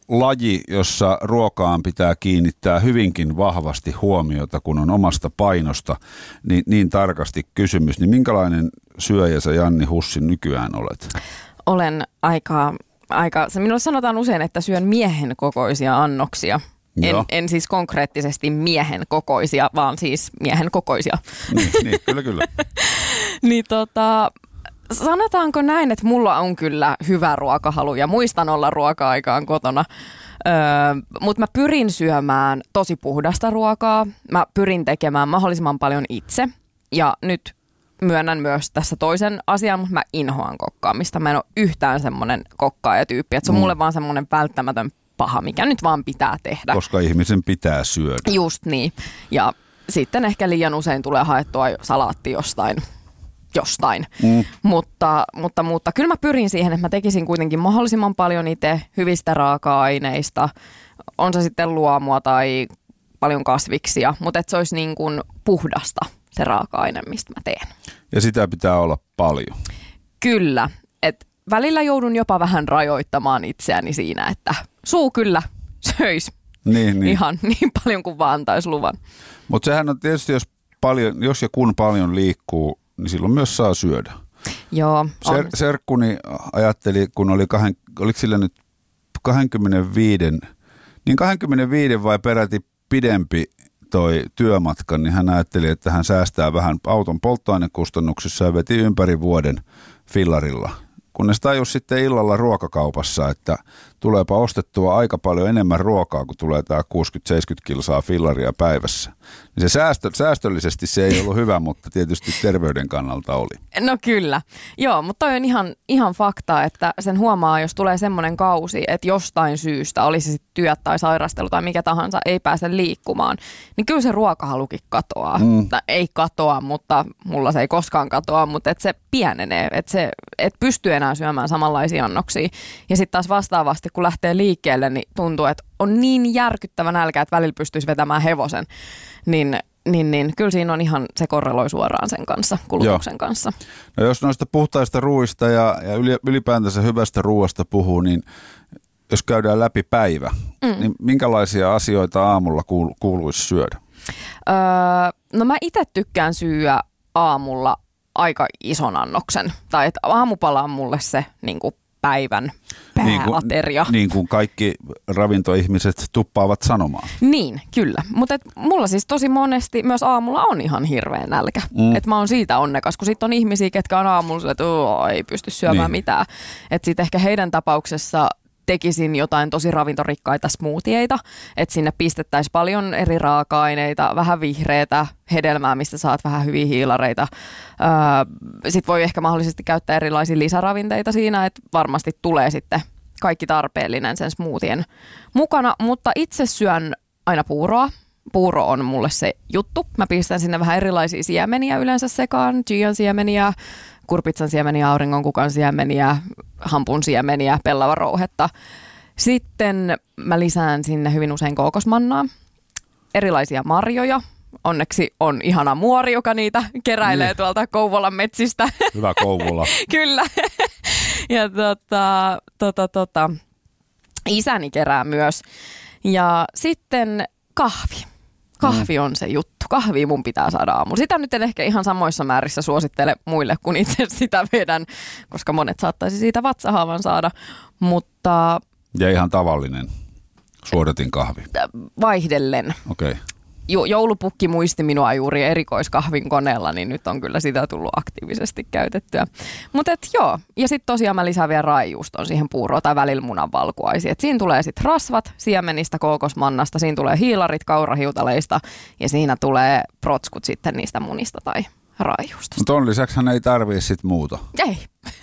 laji, jossa ruokaan pitää kiinnittää hyvinkin vahvasti huomiota, kun on omasta painosta, niin, niin tarkasti kysymys, niin minkälainen syöjä sä Janni Hussi nykyään olet? Olen aika, aika, se minulle sanotaan usein, että syön miehen kokoisia annoksia. En, en siis konkreettisesti miehen kokoisia, vaan siis miehen kokoisia. Niin, niin kyllä, kyllä. Niin tota, sanotaanko näin, että mulla on kyllä hyvä ruokahalu ja muistan olla ruoka-aikaan kotona. Öö, mutta mä pyrin syömään tosi puhdasta ruokaa. Mä pyrin tekemään mahdollisimman paljon itse. Ja nyt myönnän myös tässä toisen asian, mutta mä inhoan kokkaamista. Mä en ole yhtään semmoinen kokkaajatyyppi. Että se on mm. mulle vaan semmoinen välttämätön paha, mikä nyt vaan pitää tehdä. Koska ihmisen pitää syödä. Just niin. Ja sitten ehkä liian usein tulee haettua salaatti jostain. jostain. Mm. Mutta, mutta, mutta kyllä mä pyrin siihen, että mä tekisin kuitenkin mahdollisimman paljon itse hyvistä raaka-aineista. On se sitten luomua tai paljon kasviksia, mutta että se olisi niin kuin puhdasta se raaka-aine, mistä mä teen. Ja sitä pitää olla paljon. Kyllä. että välillä joudun jopa vähän rajoittamaan itseäni siinä, että suu kyllä söisi niin, niin. ihan niin paljon kuin vaan antaisi luvan. Mutta sehän on tietysti, jos, paljon, jos ja kun paljon liikkuu, niin silloin myös saa syödä. Joo. Ser, serkkuni ajatteli, kun oli, kahden, oliko sillä nyt kaksikymmentäviisi, niin kaksikymmentäviisi vai peräti pidempi toi työmatka, niin hän ajatteli, että hän säästää vähän auton polttoainekustannuksissa ja veti ympäri vuoden fillarilla. Kunnes tajus sitten illalla ruokakaupassa, että tuleepa ostettua aika paljon enemmän ruokaa, kun tulee tämä kuusikymmentä seitsemänkymmentä kilsaa fillaria päivässä. Niin se säästö, säästöllisesti se ei ollut hyvä, mutta tietysti terveyden kannalta oli. No kyllä. Joo, mutta toi on ihan, ihan fakta, että sen huomaa, jos tulee semmoinen kausi, että jostain syystä, olisi se sitten työt tai sairastelu tai mikä tahansa, ei pääse liikkumaan, niin kyllä se ruokahalukin katoaa. Mm. Ei katoa, mutta mulla se ei koskaan katoa, mutta että se pienenee, että se et pystyy enää syömään samanlaisia annoksia. Ja sitten taas vastaavasti, kun lähtee liikkeelle, niin tuntuu, että on niin järkyttävä nälkä, että välillä pystyisi vetämään hevosen. Niin, niin, niin kyllä siinä on ihan, se korreloi suoraan sen kanssa, kulutuksen Joo. kanssa. No jos noista puhtaista ruuista ja, ja ylipäätänsä hyvästä ruuasta puhuu, niin jos käydään läpi päivä, mm. niin minkälaisia asioita aamulla kuulu, kuuluisi syödä? Öö, no mä itse tykkään syödä aamulla aika ison annoksen. Tai että aamupala on mulle se niin kuin päivän pääateria. Niin kuin, niin kuin kaikki ravintoihmiset tuppaavat sanomaan. Niin, kyllä. Mutta mulla siis tosi monesti myös aamulla on ihan hirveä nälkä. Mm. Että mä oon siitä onnekas, kun sit on ihmisiä, ketkä on aamulla, että ei pysty syömään niin. mitään. Että sit ehkä heidän tapauksessa tekisin jotain tosi ravintorikkaita smoothieita, että sinne pistettäisiin paljon eri raaka-aineita, vähän vihreätä hedelmää, mistä saat vähän hyviä hiilareita. Öö, sitten voi ehkä mahdollisesti käyttää erilaisia lisäravinteita siinä, että varmasti tulee sitten kaikki tarpeellinen sen smoothien mukana, mutta itse syön aina puuroa. Puuro on mulle se juttu. Mä pistän sinne vähän erilaisia siemeniä yleensä sekaan, chian siemeniä, kurpitsan siemeniä, auringonkukan siemeniä, hampun siemeniä, pellavarouhetta. Sitten mä lisään sinne hyvin usein kookosmannaa, erilaisia marjoja. Onneksi on ihana muori, joka niitä keräilee niin. tuolta Kouvolan metsistä. Hyvä Kouvola. Kyllä. Ja tota, tota, tota, isäni kerää myös. Ja sitten kahvi. Kahvi on se juttu. Kahvia mun pitää saada aamulla. Sitä nyt en ehkä ihan samoissa määrissä suosittele muille, kun itse sitä vedän, koska monet saattaisi siitä vatsahaavan saada. Mutta ja ihan tavallinen suodatin kahvi. Vaihdellen. Okei. Okay. Joulupukki muisti minua juuri erikoiskahvin koneella, niin nyt on kyllä sitä tullut aktiivisesti käytettyä. Mutta joo, ja sitten tosiaan mä lisään vielä raajuuston siihen puuroon tai välillä munanvalkuaisiin. Et siinä tulee sitten rasvat siemenistä, kookosmannasta, siinä tulee hiilarit kaurahiutaleista ja siinä tulee protskut sitten niistä munista tai raajuustosta. Mutta ton lisäksihän ei tarvii sitten muuta. Ei.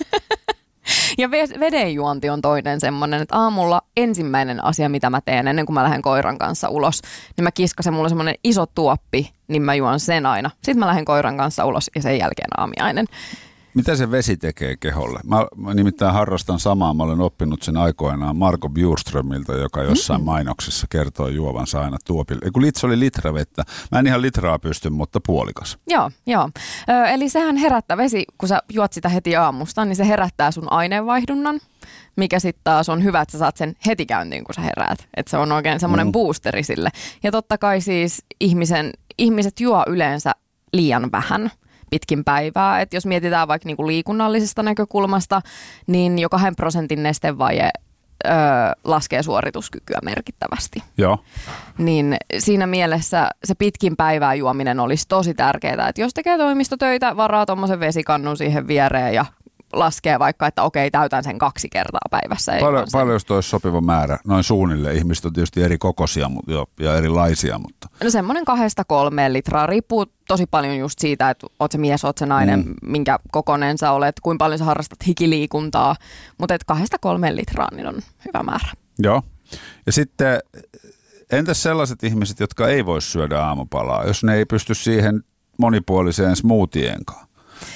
Ja vedenjuonti on toinen semmoinen, että aamulla ensimmäinen asia, mitä mä teen ennen kuin mä lähden koiran kanssa ulos, niin mä kiskasen mulle semmoinen iso tuoppi, niin mä juon sen aina. Sitten mä lähden koiran kanssa ulos ja sen jälkeen aamiainen. Mitä se vesi tekee keholle? Mä, mä nimittäin harrastan samaa. Mä olen oppinut sen aikoinaan Marko Bjurströmiltä, joka jossain mm. mainoksessa kertoo juovansa aina tuopille. Eiku litsi oli litra vettä. Mä en ihan litraa pysty, mutta puolikas. Joo, joo. Ö, eli sehän herättää vesi, kun sä juot sitä heti aamusta, niin se herättää sun aineenvaihdunnan, mikä sitten taas on hyvä, että sä saat sen heti käyntiin, kun sä heräät. Että se on oikein semmoinen mm. boosteri sille. Ja totta kai siis ihmisen, ihmiset juo yleensä liian vähän pitkin päivää. Et jos mietitään vaikka niinku liikunnallisesta näkökulmasta, niin jo kahden prosentin nestevaje ö, laskee suorituskykyä merkittävästi. Joo. Niin siinä mielessä se pitkin päivää juominen olisi tosi tärkeää. Että jos tekee toimistotöitä, varaa tuommoisen vesikannun siihen viereen ja laskee vaikka, että okei, täytän sen kaksi kertaa päivässä. Paljon, paljon jos olisi sopiva määrä, noin suunnilleen. Ihmiset on tietysti eri kokoisia ja erilaisia. Mutta. No semmoinen kahdesta kolmeen litraa. Riippuu tosi paljon just siitä, että oot se mies, oot se nainen, mm. minkä kokoinen sä olet, kuinka paljon sä harrastat hikiliikuntaa. Mutta että kahdesta kolmeen litraa niin on hyvä määrä. Joo. Ja sitten entäs sellaiset ihmiset, jotka ei voi syödä aamupalaa, jos ne ei pysty siihen monipuoliseen smoothieenkaan?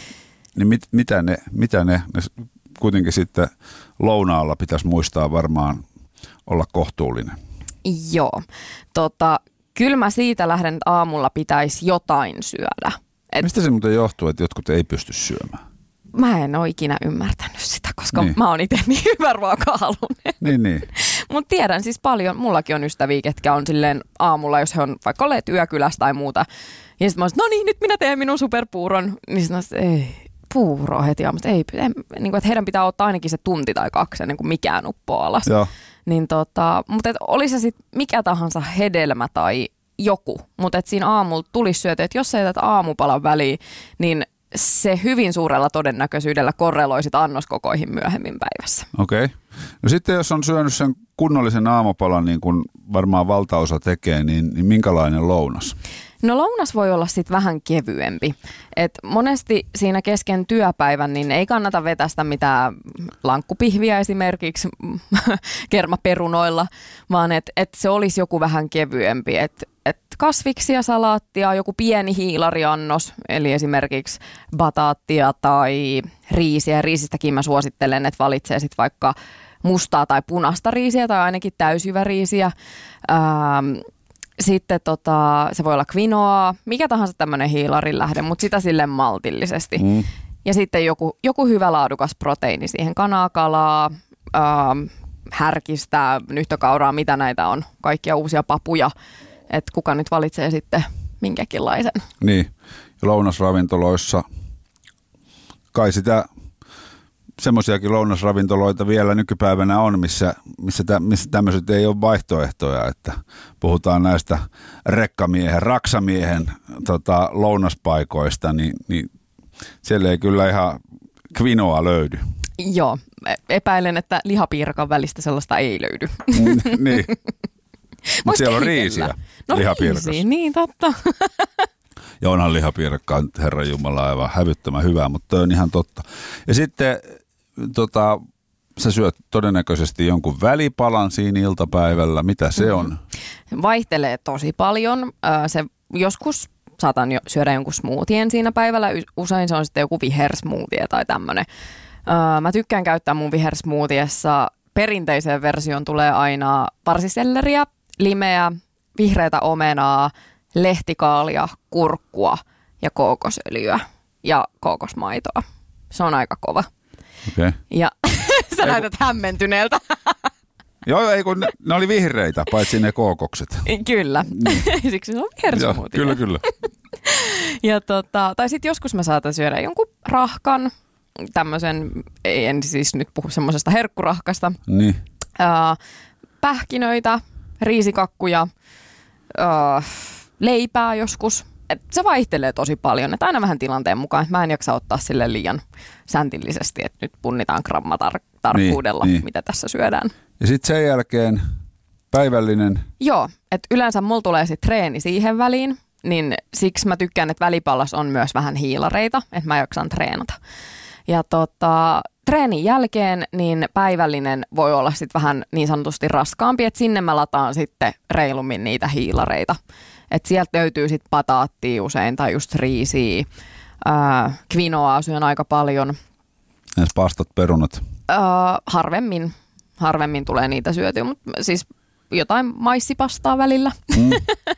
Niin mit, mitä, ne, mitä ne, ne kuitenkin sitten lounaalla pitäisi muistaa varmaan olla kohtuullinen? Joo, tota, kyllä mä siitä lähden, että aamulla pitäisi jotain syödä. Et mistä se muuten johtuu, että jotkut ei pysty syömään? Mä en ole ikinä ymmärtänyt sitä, koska niin. mä oon itse niin hyvä ruoka-halunen. Niin, niin. Mutta tiedän siis paljon, mullakin on ystäviä, ketkä on silleen aamulla, jos he on vaikka olleet yökylässä tai muuta. Ja sitten mä oon, no niin, nyt minä teen minun superpuuron. Niin sitten mä ei. Puuroa heti aamusta. Ei, en, niin kuin, että heidän pitää ottaa ainakin se tunti tai kaksi ennen kuin mikään uppoo alas. Joo. Niin tota, mutta et oli se sitten mikä tahansa hedelmä tai joku, mutta siinä aamulla tulisi syötyä, että jos sä jätät aamupalan väliin, niin se hyvin suurella todennäköisyydellä korreloi sit annoskokoihin myöhemmin päivässä. Okei. Okay. No sitten jos on syönyt sen kunnollisen aamupalan, niin kuin varmaan valtaosa tekee, niin, niin minkälainen lounas? No lounas voi olla sitten vähän kevyempi. Et monesti siinä kesken työpäivän niin ei kannata vetästä mitään lankkupihviä esimerkiksi kermaperunoilla, vaan että et se olisi joku vähän kevyempi. Että et kasviksia, salaattia, joku pieni hiilariannos, eli esimerkiksi bataattia tai riisiä. Riisistäkin mä suosittelen, että valitsee sitten vaikka mustaa tai punaista riisiä tai ainakin täysjyväriisiä. Ähm, Sitten tota, se voi olla quinoaa, mikä tahansa tämmöinen hiilarin lähde, mutta sitä silleen maltillisesti. Mm. Ja sitten joku, joku hyvä laadukas proteiini siihen, kanaa, kalaa, ähm, härkistä, nyhtökauraa, mitä näitä on, kaikkia uusia papuja. Että kuka nyt valitsee sitten minkäkinlaisen. Niin, ja lounasravintoloissa kai sitä semmoisiakin lounasravintoloita vielä nykypäivänä on, missä, missä, tä, missä tämmöiset ei ole vaihtoehtoja, että puhutaan näistä rekkamiehen, raksamiehen tota, lounaspaikoista, niin, niin siellä ei kyllä ihan quinoa löydy. Joo, epäilen, että lihapiirakan välistä sellaista ei löydy. Niin, mutta siellä on riisiä no lihapiirakassa. Riisiä, niin totta. Ja onhan lihapiirakka, Herran Jumala, aivan hävyttömän hyvää, mutta toi on ihan totta. Ja sitten tota, sä syöt todennäköisesti jonkun välipalan siinä iltapäivällä. Mitä se on? Vaihtelee tosi paljon. Se joskus saatan jo syödä jonkun smoothien siinä päivällä. Usein se on sitten joku vihersmoothie tai tämmöinen. Mä tykkään käyttää mun vihersmoothiessa. Perinteiseen versioon tulee aina parsiselleriä, limeä, vihreätä omenaa, lehtikaalia, kurkkua ja kookosöljyä ja kookosmaitoa. Se on aika kova. Okay. Ja sä ei, näytät kun hämmentyneeltä. Joo, ei kun ne, ne oli vihreitä, paitsi ne kookokset. Kyllä, mm. Siksi se on vihersmoothie. Kyllä, kyllä. Ja tota, tai sitten joskus mä saatan syödä jonkun rahkan, tämmöisen, en siis nyt puhu semmoisesta herkkurahkasta. Niin. Äh, pähkinöitä, riisikakkuja, äh, leipää joskus. Et se vaihtelee tosi paljon, että aina vähän tilanteen mukaan. Mä en jaksa ottaa sille liian säntillisesti, että nyt punnitaan grammatarkkuudella, niin, niin. mitä tässä syödään. Ja sitten sen jälkeen päivällinen? Joo, että yleensä mulla tulee sitten treeni siihen väliin, niin siksi mä tykkään, että välipallas on myös vähän hiilareita, että mä jaksan treenata. Ja tota, treenin jälkeen niin päivällinen voi olla sitten vähän niin sanotusti raskaampi, että sinne mä lataan sitten reilummin niitä hiilareita. Että sieltä löytyy sitten pataattia usein tai just riisiä, Ää, quinoaa syön aika paljon. Entäs pastat, perunat? Ää, harvemmin. Harvemmin tulee niitä syötyä, mutta siis jotain maissipastaa välillä. Mm.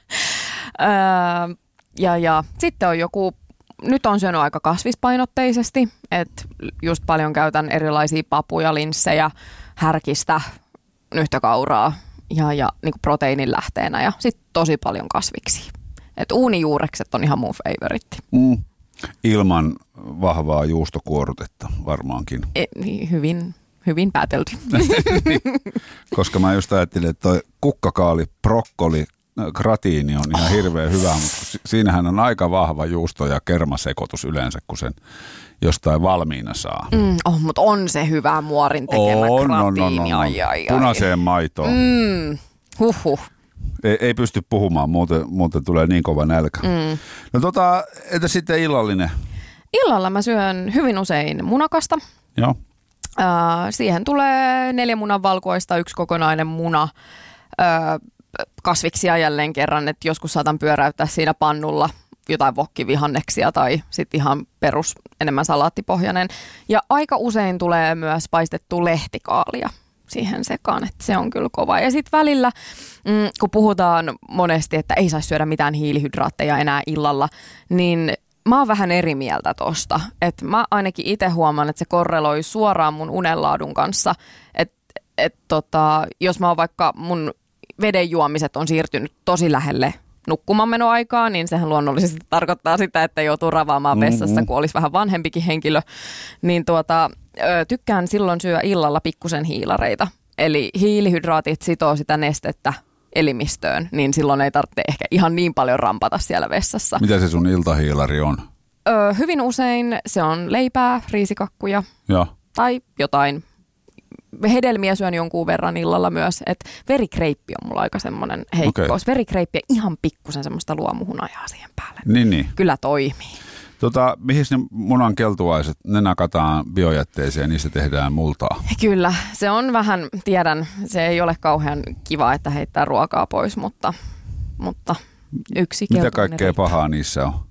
ää, ja, ja sitten on joku, nyt on syönyt aika kasvispainotteisesti, että just paljon käytän erilaisia papuja, linssejä, härkistä, nyhtökauraa ja, ja niin kuin proteiinin lähteenä ja sitten tosi paljon kasviksia. Et uunijuurekset on ihan mun favoritti. Mm. Ilman vahvaa juustokuorutetta varmaankin. E, niin, hyvin, hyvin päätelty. Niin, koska mä just ajattelin, että toi kukkakaali, brokkoli, gratiini on ihan hirveän hyvä, mutta siinähän on aika vahva juusto- ja kermasekoitus yleensä, kun sen jostain valmiina saa. Mm, oh, mutta on se hyvä muorin tekemä on, gratiini. On, on, on. Ai, ai, ai. Punaiseen maitoon. Mm, huhhuh. Ei, ei pysty puhumaan, muuten, muuten tulee niin kova nälkä. Mm. No tota, entä sitten illallinen? Illalla mä syön hyvin usein munakasta. Joo. Äh, siihen tulee neljä munan valkuaista, yksi kokonainen muna. Äh, kasviksia jälleen kerran, että joskus saatan pyöräyttää siinä pannulla jotain vokkivihanneksia tai sitten ihan perus enemmän salaattipohjainen. Ja aika usein tulee myös paistettu lehtikaalia siihen sekaan, että se on kyllä kova. Ja sitten välillä, mm, kun puhutaan monesti, että ei saisi syödä mitään hiilihydraatteja enää illalla, niin mä oon vähän eri mieltä tosta. Että mä ainakin itse huomaan, että se korreloi suoraan mun unenlaadun kanssa. Että et tota, jos mä oon vaikka mun veden juomiset on siirtynyt tosi lähelle nukkumaanmenoaikaa, niin sehän luonnollisesti tarkoittaa sitä, että joutuu ravaamaan vessassa, mm-hmm. kun olisi vähän vanhempikin henkilö. Niin tuota, tykkään silloin syödä illalla pikkusen hiilareita. Eli hiilihydraatit sitoo sitä nestettä elimistöön, niin silloin ei tarvitse ehkä ihan niin paljon rampata siellä vessassa. Mitä se sun iltahiilari on? Öö, hyvin usein se on leipää, riisikakkuja ja. Tai jotain. Hedelmiä syön jonkun verran illalla myös, että verikreippi on mulla aika semmoinen heikkous. Okay. Verikreippi ja ihan pikkusen semmoista luomuhunajaa siihen päälle. Niin, niin. Kyllä toimii. Tota, mihin ne munan keltuaiset, ne nakataan biojätteeseen ja niistä tehdään multaa? Kyllä, se on vähän, tiedän, se ei ole kauhean kiva, että heittää ruokaa pois, mutta, mutta yksi keltuainen. Mitä kaikkea riittää. Pahaa niissä on?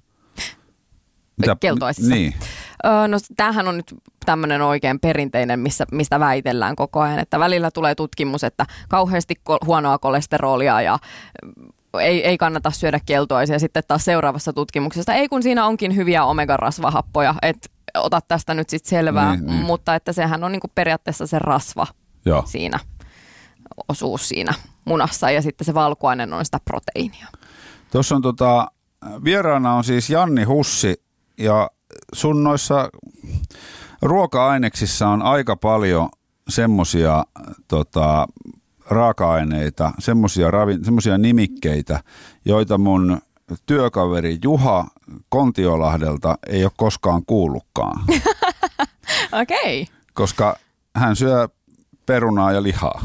Mitä? Keltuaisissa? Niin. Öö, no tämähän on nyt tämmöinen oikein perinteinen, missä, mistä väitellään koko ajan, että välillä tulee tutkimus, että kauheasti ko- huonoa kolesterolia ja ei, ei kannata syödä keltuaisia. Sitten taas seuraavassa tutkimuksessa, ei kun siinä onkin hyviä omega-rasvahappoja, että ota tästä nyt sitten selvää, niin, niin. Mutta että sehän on niinku periaatteessa se rasva Joo. siinä, osuus siinä munassa ja sitten se valkuainen on sitä proteiinia. Tuossa on tota, vieraana on siis Janni Hussi ja sun noissa ruoka-aineksissa on aika paljon semmoisia tota, raaka-aineita, semmoisia ravi, semmoisia nimikkeitä, joita mun työkaveri Juha Kontiolahdelta ei ole koskaan kuullutkaan. Okei. Okay. Koska hän syö perunaa ja lihaa.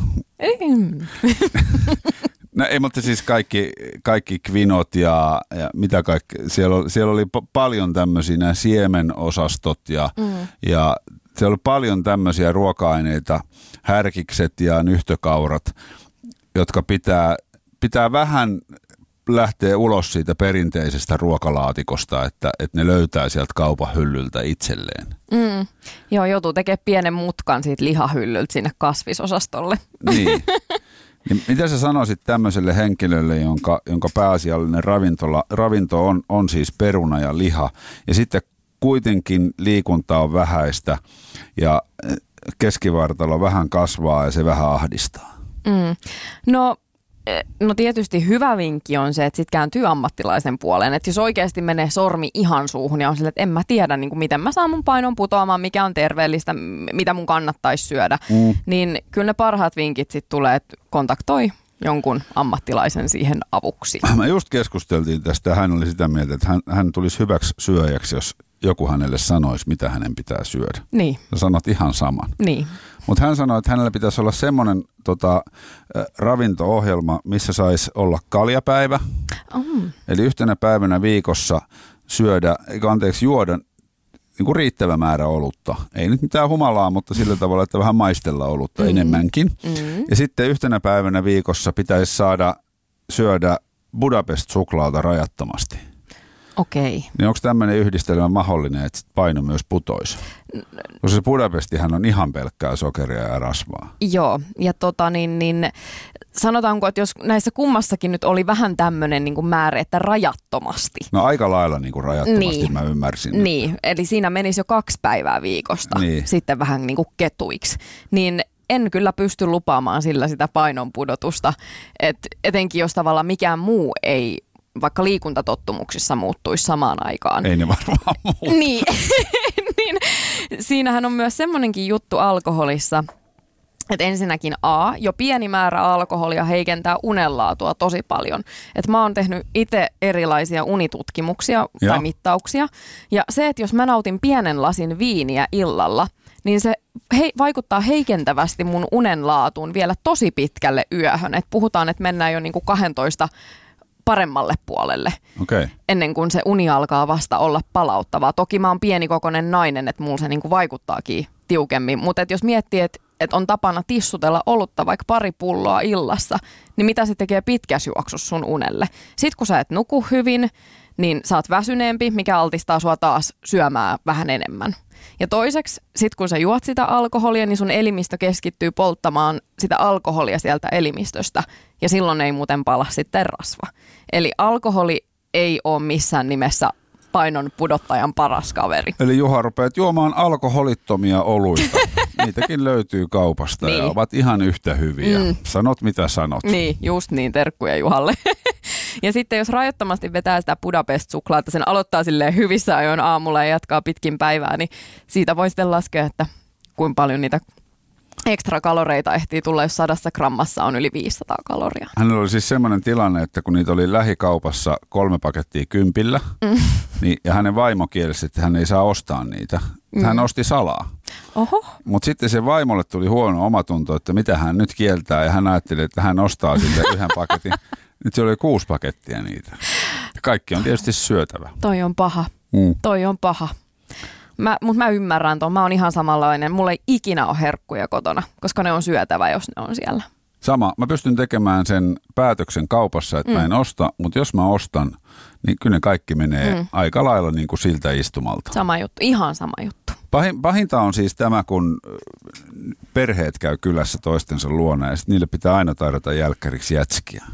No ei, mutta siis kaikki, kaikki kvinot ja, ja mitä kaikki, siellä, siellä oli p- paljon tämmöisiä nämä siemenosastot ja, mm. ja siellä oli paljon tämmöisiä ruoka-aineita, härkikset ja nyhtökaurat, jotka pitää, pitää vähän lähteä ulos siitä perinteisestä ruokalaatikosta, että, että ne löytää sieltä kaupan hyllyltä itselleen. Mm. Joo, joutuu tekemään pienen mutkan siitä lihahyllyltä sinne kasvisosastolle. Niin. Niin mitä sä sanoisit tämmöiselle henkilölle, jonka, jonka pääasiallinen ravintola, ravinto on, on siis peruna ja liha, ja sitten kuitenkin liikunta on vähäistä ja keskivartalo vähän kasvaa ja se vähän ahdistaa? Mm. No, no tietysti hyvä vinkki on se, että sit kääntyy ammattilaisen puoleen. Että jos oikeasti menee sormi ihan suuhun ja on silleen, että en mä tiedä, niin kuin miten mä saan mun painon putoamaan, mikä on terveellistä, mitä mun kannattaisi syödä, mm. niin kyllä ne parhaat vinkit sitten tulee, että kontaktoi jonkun ammattilaisen siihen avuksi. Me just keskusteltiin tästä ja hän oli sitä mieltä, että hän, hän tulisi hyväksi syöjäksi, jos joku hänelle sanoisi, mitä hänen pitää syödä. Niin. Sä sanot ihan saman. Niin. Mutta hän sanoi, että hänellä pitäisi olla semmoinen tota, ravinto-ohjelma, missä saisi olla kaljapäivä. Mm. Eli yhtenä päivänä viikossa syödä, eikä anteeksi juoda niin kuin riittävä määrä olutta. Ei nyt mitään humalaa, mutta sillä tavalla, että vähän maistella olutta mm. enemmänkin. Mm. Ja sitten yhtenä päivänä viikossa pitäisi saada syödä Budapest-suklaata rajattomasti. Okei. Niin onko tämmöinen yhdistelmä mahdollinen, että sit paino myös putoisi? Koska se Budapestihan on ihan pelkkää sokeria ja rasvaa. Joo, ja tota niin, niin sanotaanko, että jos näissä kummassakin nyt oli vähän tämmöinen niin kuin määrä, että rajattomasti. No aika lailla niin kuin rajattomasti niin. mä ymmärsin. Niin, että. Eli siinä menisi jo kaksi päivää viikosta niin. Sitten vähän niin kuin ketuiksi. Niin en kyllä pysty lupaamaan sillä sitä painon pudotusta, että etenkin jos tavallaan mikään muu ei vaikka liikuntatottumuksissa muuttuisi samaan aikaan. Ei ne varmaan muuta. Niin, niin siinähän on myös semmoinenkin juttu alkoholissa, että ensinnäkin A, jo pieni määrä alkoholia heikentää unenlaatua tosi paljon. Et mä oon tehnyt itse erilaisia unitutkimuksia ja. tai mittauksia. Ja se, että jos mä nautin pienen lasin viiniä illalla, niin se hei, vaikuttaa heikentävästi mun unenlaatuun vielä tosi pitkälle yöhön. Et puhutaan, että mennään jo niinku kaksitoista paremmalle puolelle, okay. ennen kuin se uni alkaa vasta olla palauttavaa. Toki mä oon pienikokoinen nainen, että mulla se niinku vaikuttaakin tiukemmin, mutta jos miettii, että et on tapana tissutella olutta vaikka pari pulloa illassa, niin mitä se tekee pitkässä juoksussa sun unelle? Sitten kun sä et nuku hyvin, niin sä oot väsyneempi, mikä altistaa sua taas syömään vähän enemmän. Ja toiseksi, sit kun sä juot sitä alkoholia, niin sun elimistö keskittyy polttamaan sitä alkoholia sieltä elimistöstä. Ja silloin ei muuten pala sitten rasva. Eli alkoholi ei ole missään nimessä painon pudottajan paras kaveri. Eli Juha rupeat juomaan alkoholittomia oluita. Niitäkin löytyy kaupasta niin. Ja ovat ihan yhtä hyviä. Mm. Sanot mitä sanot. Niin, just niin, terkkuja Juhalle. Ja sitten jos rajoittomasti vetää sitä Budapest-suklaata, sen aloittaa silleen hyvissä ajoin aamulla ja jatkaa pitkin päivää, niin siitä voi sitten laskea, että kuinka paljon niitä ekstra kaloreita ehtii tulla, jos sadassa grammassa on yli viisisataa kaloria. Hänellä oli siis semmoinen tilanne, että kun niitä oli lähikaupassa kolme pakettia kympillä, mm. niin, ja hänen vaimo kielsi, että hän ei saa ostaa niitä. Hän mm. osti salaa. Oho. Mutta sitten se vaimolle tuli huono omatunto, että mitä hän nyt kieltää, ja hän ajatteli, että hän ostaa sille yhden paketin. Nyt se oli kuusi pakettia niitä. Kaikki on tietysti syötävä. Toi on paha. Mm. Toi on paha. Mä, mutta mä ymmärrän tuon. Mä oon ihan samanlainen. Mulla ei ikinä ole herkkuja kotona, koska ne on syötävä, jos ne on siellä. Sama. Mä pystyn tekemään sen päätöksen kaupassa, että mm. mä en osta, mutta jos mä ostan, niin kyllä ne kaikki menee mm. aika lailla niin kuin siltä istumalta. Sama juttu. Ihan sama juttu. Pahin, pahinta on siis tämä, kun perheet käy kylässä toistensa luona ja sitten niille pitää aina tarjota jälkkäriksi jätskiä.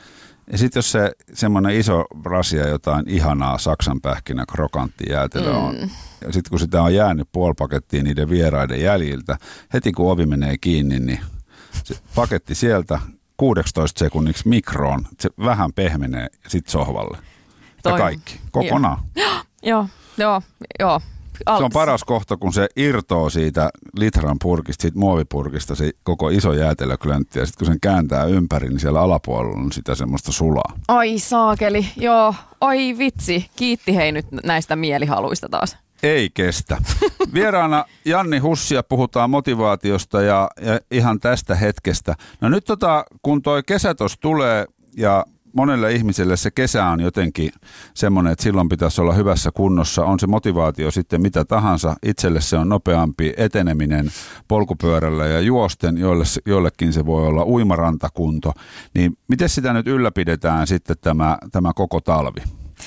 Ja sitten jos se semmoinen iso rasia jotain ihanaa saksanpähkinä krokanttijäätelöä on, mm. ja sitten kun sitä on jäänyt puoli pakettia niiden vieraiden jäljiltä, heti kun ovi menee kiinni, niin se paketti sieltä kuusitoista sekunniksi mikroon, se vähän pehmenee ja sitten sohvalle. Ja kaikki, kokonaan. Joo, joo, joo. Alt. Se on paras kohta, kun se irtoo siitä litran purkista, siitä muovipurkista, se koko iso jäätelöklöntti, ja sitten kun sen kääntää ympäri, niin siellä alapuolella on sitä semmoista sulaa. Ai saakeli, joo. Oi vitsi, kiitti hei nyt näistä mielihaluista taas. Ei kestä. Vieraana Janni Hussia, puhutaan motivaatiosta ja, ja ihan tästä hetkestä. No nyt tota, kun toi kesä tos tulee ja monelle ihmiselle se kesä on jotenkin semmoinen, että silloin pitäisi olla hyvässä kunnossa. On se motivaatio sitten mitä tahansa. Itselle se on nopeampi eteneminen polkupyörällä ja juosten, joille, joillekin se voi olla uimarantakunto. Niin miten sitä nyt ylläpidetään sitten tämä, tämä koko talvi?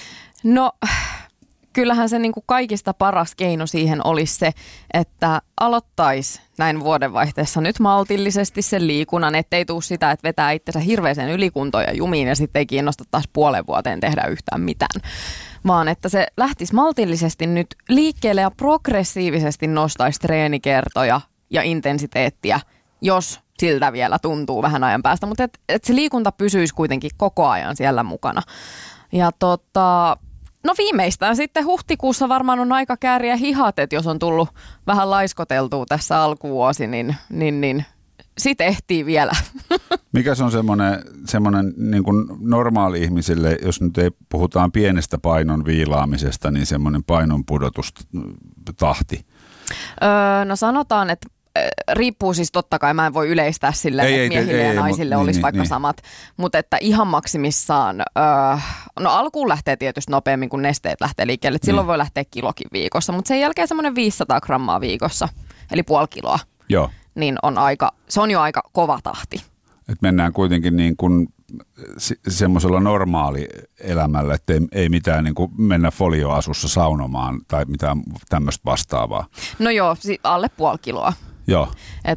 No kyllähän se niin kuin kaikista paras keino siihen olisi se, että aloittaisi näin vuodenvaihteessa nyt maltillisesti sen liikunnan, ettei tule sitä, että vetää itsensä hirveäseen ylikuntoon ja jumiin ja sitten ei kiinnosta taas puolen vuoteen tehdä yhtään mitään. Vaan että se lähtisi maltillisesti nyt liikkeelle ja progressiivisesti nostaisi treenikertoja ja intensiteettiä, jos siltä vielä tuntuu vähän ajan päästä. Mutta että et se liikunta pysyisi kuitenkin koko ajan siellä mukana. Ja tota... No viimeistään sitten huhtikuussa varmaan on aika kääriä hihat, että jos on tullut vähän laiskoteltua tässä alkuvuosi, niin, niin, niin sit ehtii vielä. Mikä se on semmoinen, semmoinen niin kuin normaali-ihmisille, jos nyt ei puhutaan pienestä painon viilaamisesta, niin semmoinen painon pudotustahti? Öö, no sanotaan, että riippuu siis totta kai, mä en voi yleistää silleen, että miehille ei, ja naisille ei, olisi niin, vaikka niin. samat, mutta että ihan maksimissaan, öö, no alkuun lähtee tietysti nopeammin, kun nesteet lähtee liikkeelle, että silloin niin. voi lähteä kilokin viikossa, mutta sen jälkeen semmoinen viisisataa grammaa viikossa, eli puoli kiloa, Joo. niin on aika, se on jo aika kova tahti. Et mennään kuitenkin niin kuin se, semmoisella normaali elämällä, että ei, ei mitään niin kuin mennä folioasussa saunomaan tai mitään tämmöistä vastaavaa. No joo, alle puoli kiloa. Joo.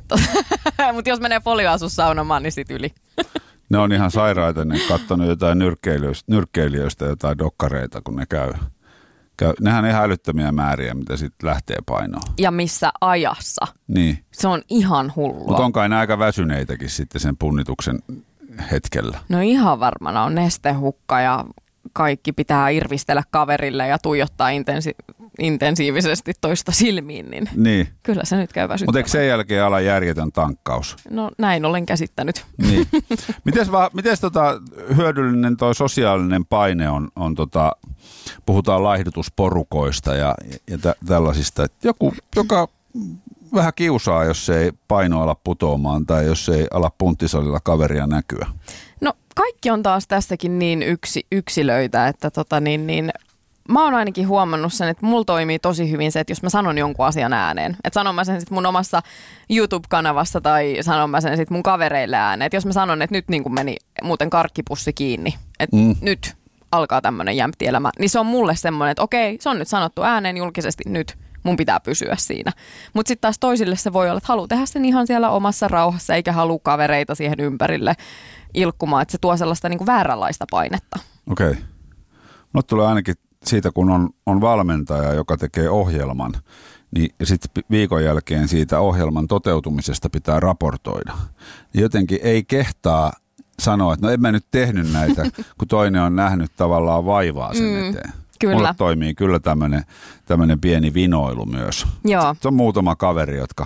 Mutta jos menee folioasussa saunomaan, niin sit yli. Ne on ihan sairaita, ne katsonut jotain nyrkkeilijöistä, nyrkkeilijöistä jotain dokkareita, kun ne käy. käy. Nehän on ihan älyttömiä määriä, mitä sitten lähtee painoon. Ja missä ajassa. Niin. Se on ihan hullua. Mutta on kai ne aika väsyneitäkin sitten sen punnituksen hetkellä. No ihan varmana on nestehukka ja kaikki pitää irvistellä kaverille ja tuijottaa intensi- intensiivisesti toista silmiin, niin, niin. Kyllä se nyt käy väsyttämään. Mutta eikö sen jälkeen ala järjetön tankkaus? No näin olen käsittänyt. Niin. Mites, va, mites tota hyödyllinen toi sosiaalinen paine on, on tota, puhutaan laihdutusporukoista ja, ja tä, tällaisista, että joku, joka vähän kiusaa, jos ei paino ala putoamaan tai jos ei ala punttisalilla kaveria näkyä. No kaikki on taas tässäkin niin yksi, yksilöitä, että tota niin, niin, mä oon ainakin huomannut sen, että mulla toimii tosi hyvin se, että jos mä sanon jonkun asian ääneen, että sanon mä sen sitten mun omassa YouTube-kanavassa tai sanon mä sen sitten mun kavereille ääneen, että jos mä sanon, että nyt niin kuin meni muuten karkkipussi kiinni, että mm. nyt alkaa tämmöinen jämptielämä, niin se on mulle semmoinen, että okei, se on nyt sanottu ääneen julkisesti nyt, mun pitää pysyä siinä. Mutta sitten taas toisille se voi olla, että haluaa tehdä sen ihan siellä omassa rauhassa, eikä halua kavereita siihen ympärille ilkkumaan, että se tuo sellaista niin kuin vääränlaista painetta. Okei. Okay. Mulle tulee ainakin siitä, kun on, on valmentaja, joka tekee ohjelman, niin sitten viikon jälkeen siitä ohjelman toteutumisesta pitää raportoida. Niin jotenkin ei kehtaa sanoa, että no en mä nyt tehnyt näitä, kun toinen on nähnyt tavallaan vaivaa sen mm. eteen. Kyllä. Mulle toimii kyllä tämmöinen pieni vinoilu myös. Joo. Se on muutama kaveri, jotka,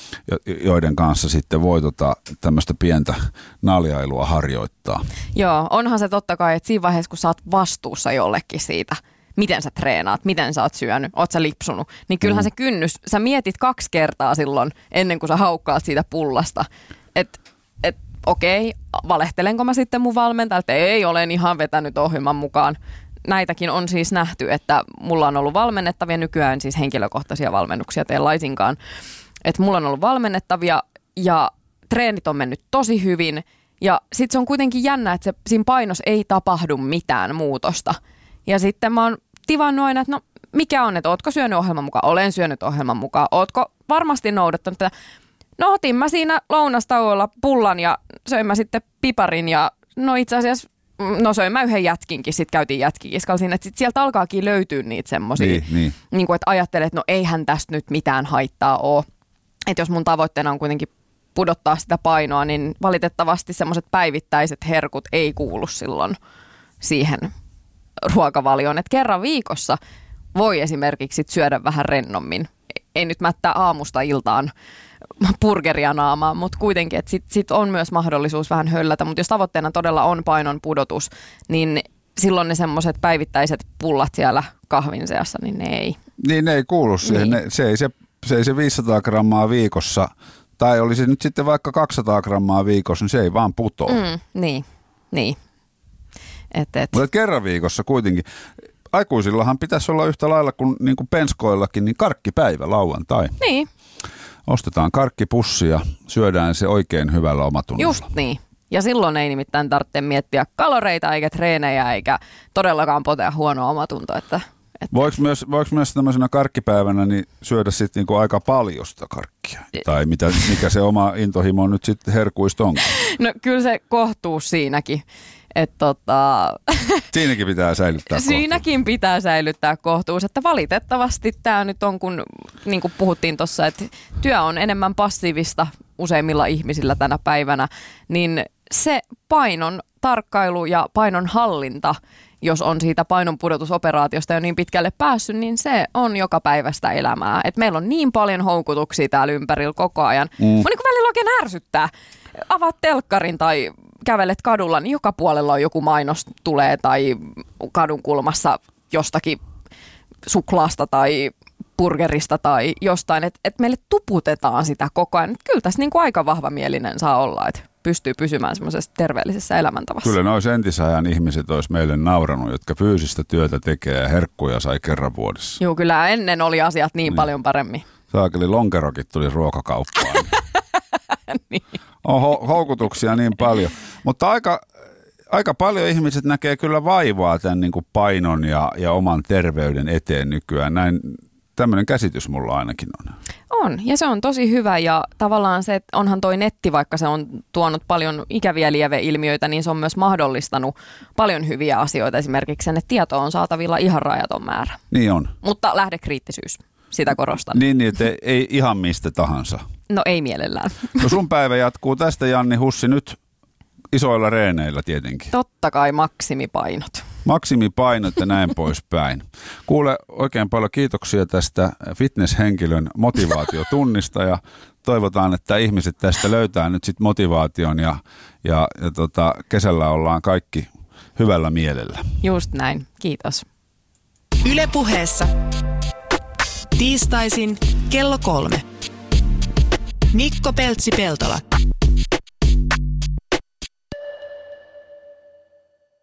joiden kanssa sitten voi tota, tämmöistä pientä naljailua harjoittaa. Joo, onhan se totta kai, että siinä vaiheessa, kun sä oot vastuussa jollekin siitä, miten sä treenaat, miten sä oot syönyt, oot sä lipsunut, niin kyllähän mm. se kynnys, sä mietit kaksi kertaa silloin ennen kuin sä haukkaat siitä pullasta, että et, okei, valehtelenko mä sitten mun valmentajalle, että ei, olen ihan vetänyt ohjelman mukaan. Näitäkin on siis nähty, että mulla on ollut valmennettavia, nykyään siis henkilökohtaisia valmennuksia tee laisinkaan. Että mulla on ollut valmennettavia ja treenit on mennyt tosi hyvin ja sitten se on kuitenkin jännä, että se, siinä painossa ei tapahdu mitään muutosta. Ja sitten mä oon tivannut aina, että no mikä on, että ootko syönyt ohjelman mukaan? Olen syönyt ohjelman mukaan. Ootko varmasti noudattanut tätä? No otin mä siinä lounastauolla pullan ja söin mä sitten piparin ja no itse asiassa no söin mä yhden jätkinkin, sitten käytiin jätkikiskalla siinä, että sit sieltä alkaakin löytyä niitä semmoisia, niin, niin. niin kuin, että ajattelee, että no eihän tästä nyt mitään haittaa ole. Että jos mun tavoitteena on kuitenkin pudottaa sitä painoa, niin valitettavasti semmoiset päivittäiset herkut ei kuulu silloin siihen ruokavalioon. Että kerran viikossa voi esimerkiksi sit syödä vähän rennommin. Ei nyt mättää aamusta iltaan burgeria naamaan, mutta kuitenkin, että sitten sit on myös mahdollisuus vähän höllätä, mutta jos tavoitteena todella on painon pudotus, niin silloin ne semmoiset päivittäiset pullat siellä kahvin seassa, niin ne ei. Niin ne ei kuulu siihen, niin. ne, se, ei se, se ei se viisisataa grammaa viikossa, tai olisi nyt sitten vaikka kaksisataa grammaa viikossa, niin se ei vaan putoa. Mm, niin, niin. Et, et. Mutta kerran viikossa kuitenkin. Aikuisillahan pitäisi olla yhtä lailla kuin, niin kuin penskoillakin, niin karkkipäivä lauantai. Niin. Ostetaan karkkipussia, syödään se oikein hyvällä omatunnolla. Just niin. Ja silloin ei nimittäin tarvitse miettiä kaloreita eikä treenejä eikä todellakaan potea huonoa omatuntoa. Että, että. Voiko myös, voiko myös tämmöisenä karkkipäivänä niin syödä sitten niinku aika paljon sitä karkkia? Tai mitä, mikä se oma intohimo nyt sitten herkuista onko? No kyllä se kohtuus siinäkin. Että tota. Siinäkin pitää säilyttää kohtuus. Siinäkin pitää säilyttää kohtuus, että valitettavasti tämä nyt on, kun niin kuin puhuttiin tuossa, että työ on enemmän passiivista useimmilla ihmisillä tänä päivänä, niin se painon tarkkailu ja painon hallinta, jos on siitä painonpudotusoperaatiosta jo niin pitkälle päässyt, niin se on joka päivästä elämää. Et meillä on niin paljon houkutuksia täällä ympärillä koko ajan. Mm. Mä niin kuin välillä oikein ärsyttää. Avaat telkkarin tai kävelet kadulla, niin joka puolella on joku mainos tulee tai kadun kulmassa jostakin suklaasta tai burgerista tai jostain, että et meille tuputetaan sitä koko ajan. Kyllä tässä niin kuin aika vahvamielinen saa olla, että pystyy pysymään semmoisessa terveellisessä elämäntavassa. Kyllä noin entisajan ihmiset olisi meille nauranut, jotka fyysistä työtä tekee ja herkkuja sai kerran vuodessa. Joo, kyllä ennen oli asiat niin, niin. paljon paremmin. Saakeli lonkerokit tuli ruokakauppaan. niin. On ho- houkutuksia niin paljon. Mutta aika aika paljon ihmiset näkee kyllä vaivaa tämän niin kuin painon ja, ja oman terveyden eteen nykyään. Näin, tämmöinen käsitys mulla ainakin on. On, ja se on tosi hyvä, ja tavallaan se, että onhan toi netti, vaikka se on tuonut paljon ikäviä lieveilmiöitä, niin se on myös mahdollistanut paljon hyviä asioita. Esimerkiksi sen, että tietoa on saatavilla ihan rajaton määrä. Niin on. Mutta lähdekriittisyys, sitä korostan. Niin, niin että ei, ei ihan mistä tahansa. No ei mielellään. No sun päivä jatkuu tästä, Janni Hussi, nyt isoilla reeneillä tietenkin. Totta kai maksimipainot. Maksimipainot ja näin poispäin. Kuule, oikein paljon kiitoksia tästä fitnesshenkilön motivaatiotunnista ja toivotaan, että ihmiset tästä löytää nyt sit motivaation ja, ja, ja tota, kesällä ollaan kaikki hyvällä mielellä. Just näin. Kiitos. Yle Puheessa. Tiistaisin kello kolme. Mikko Peltsi-Peltola.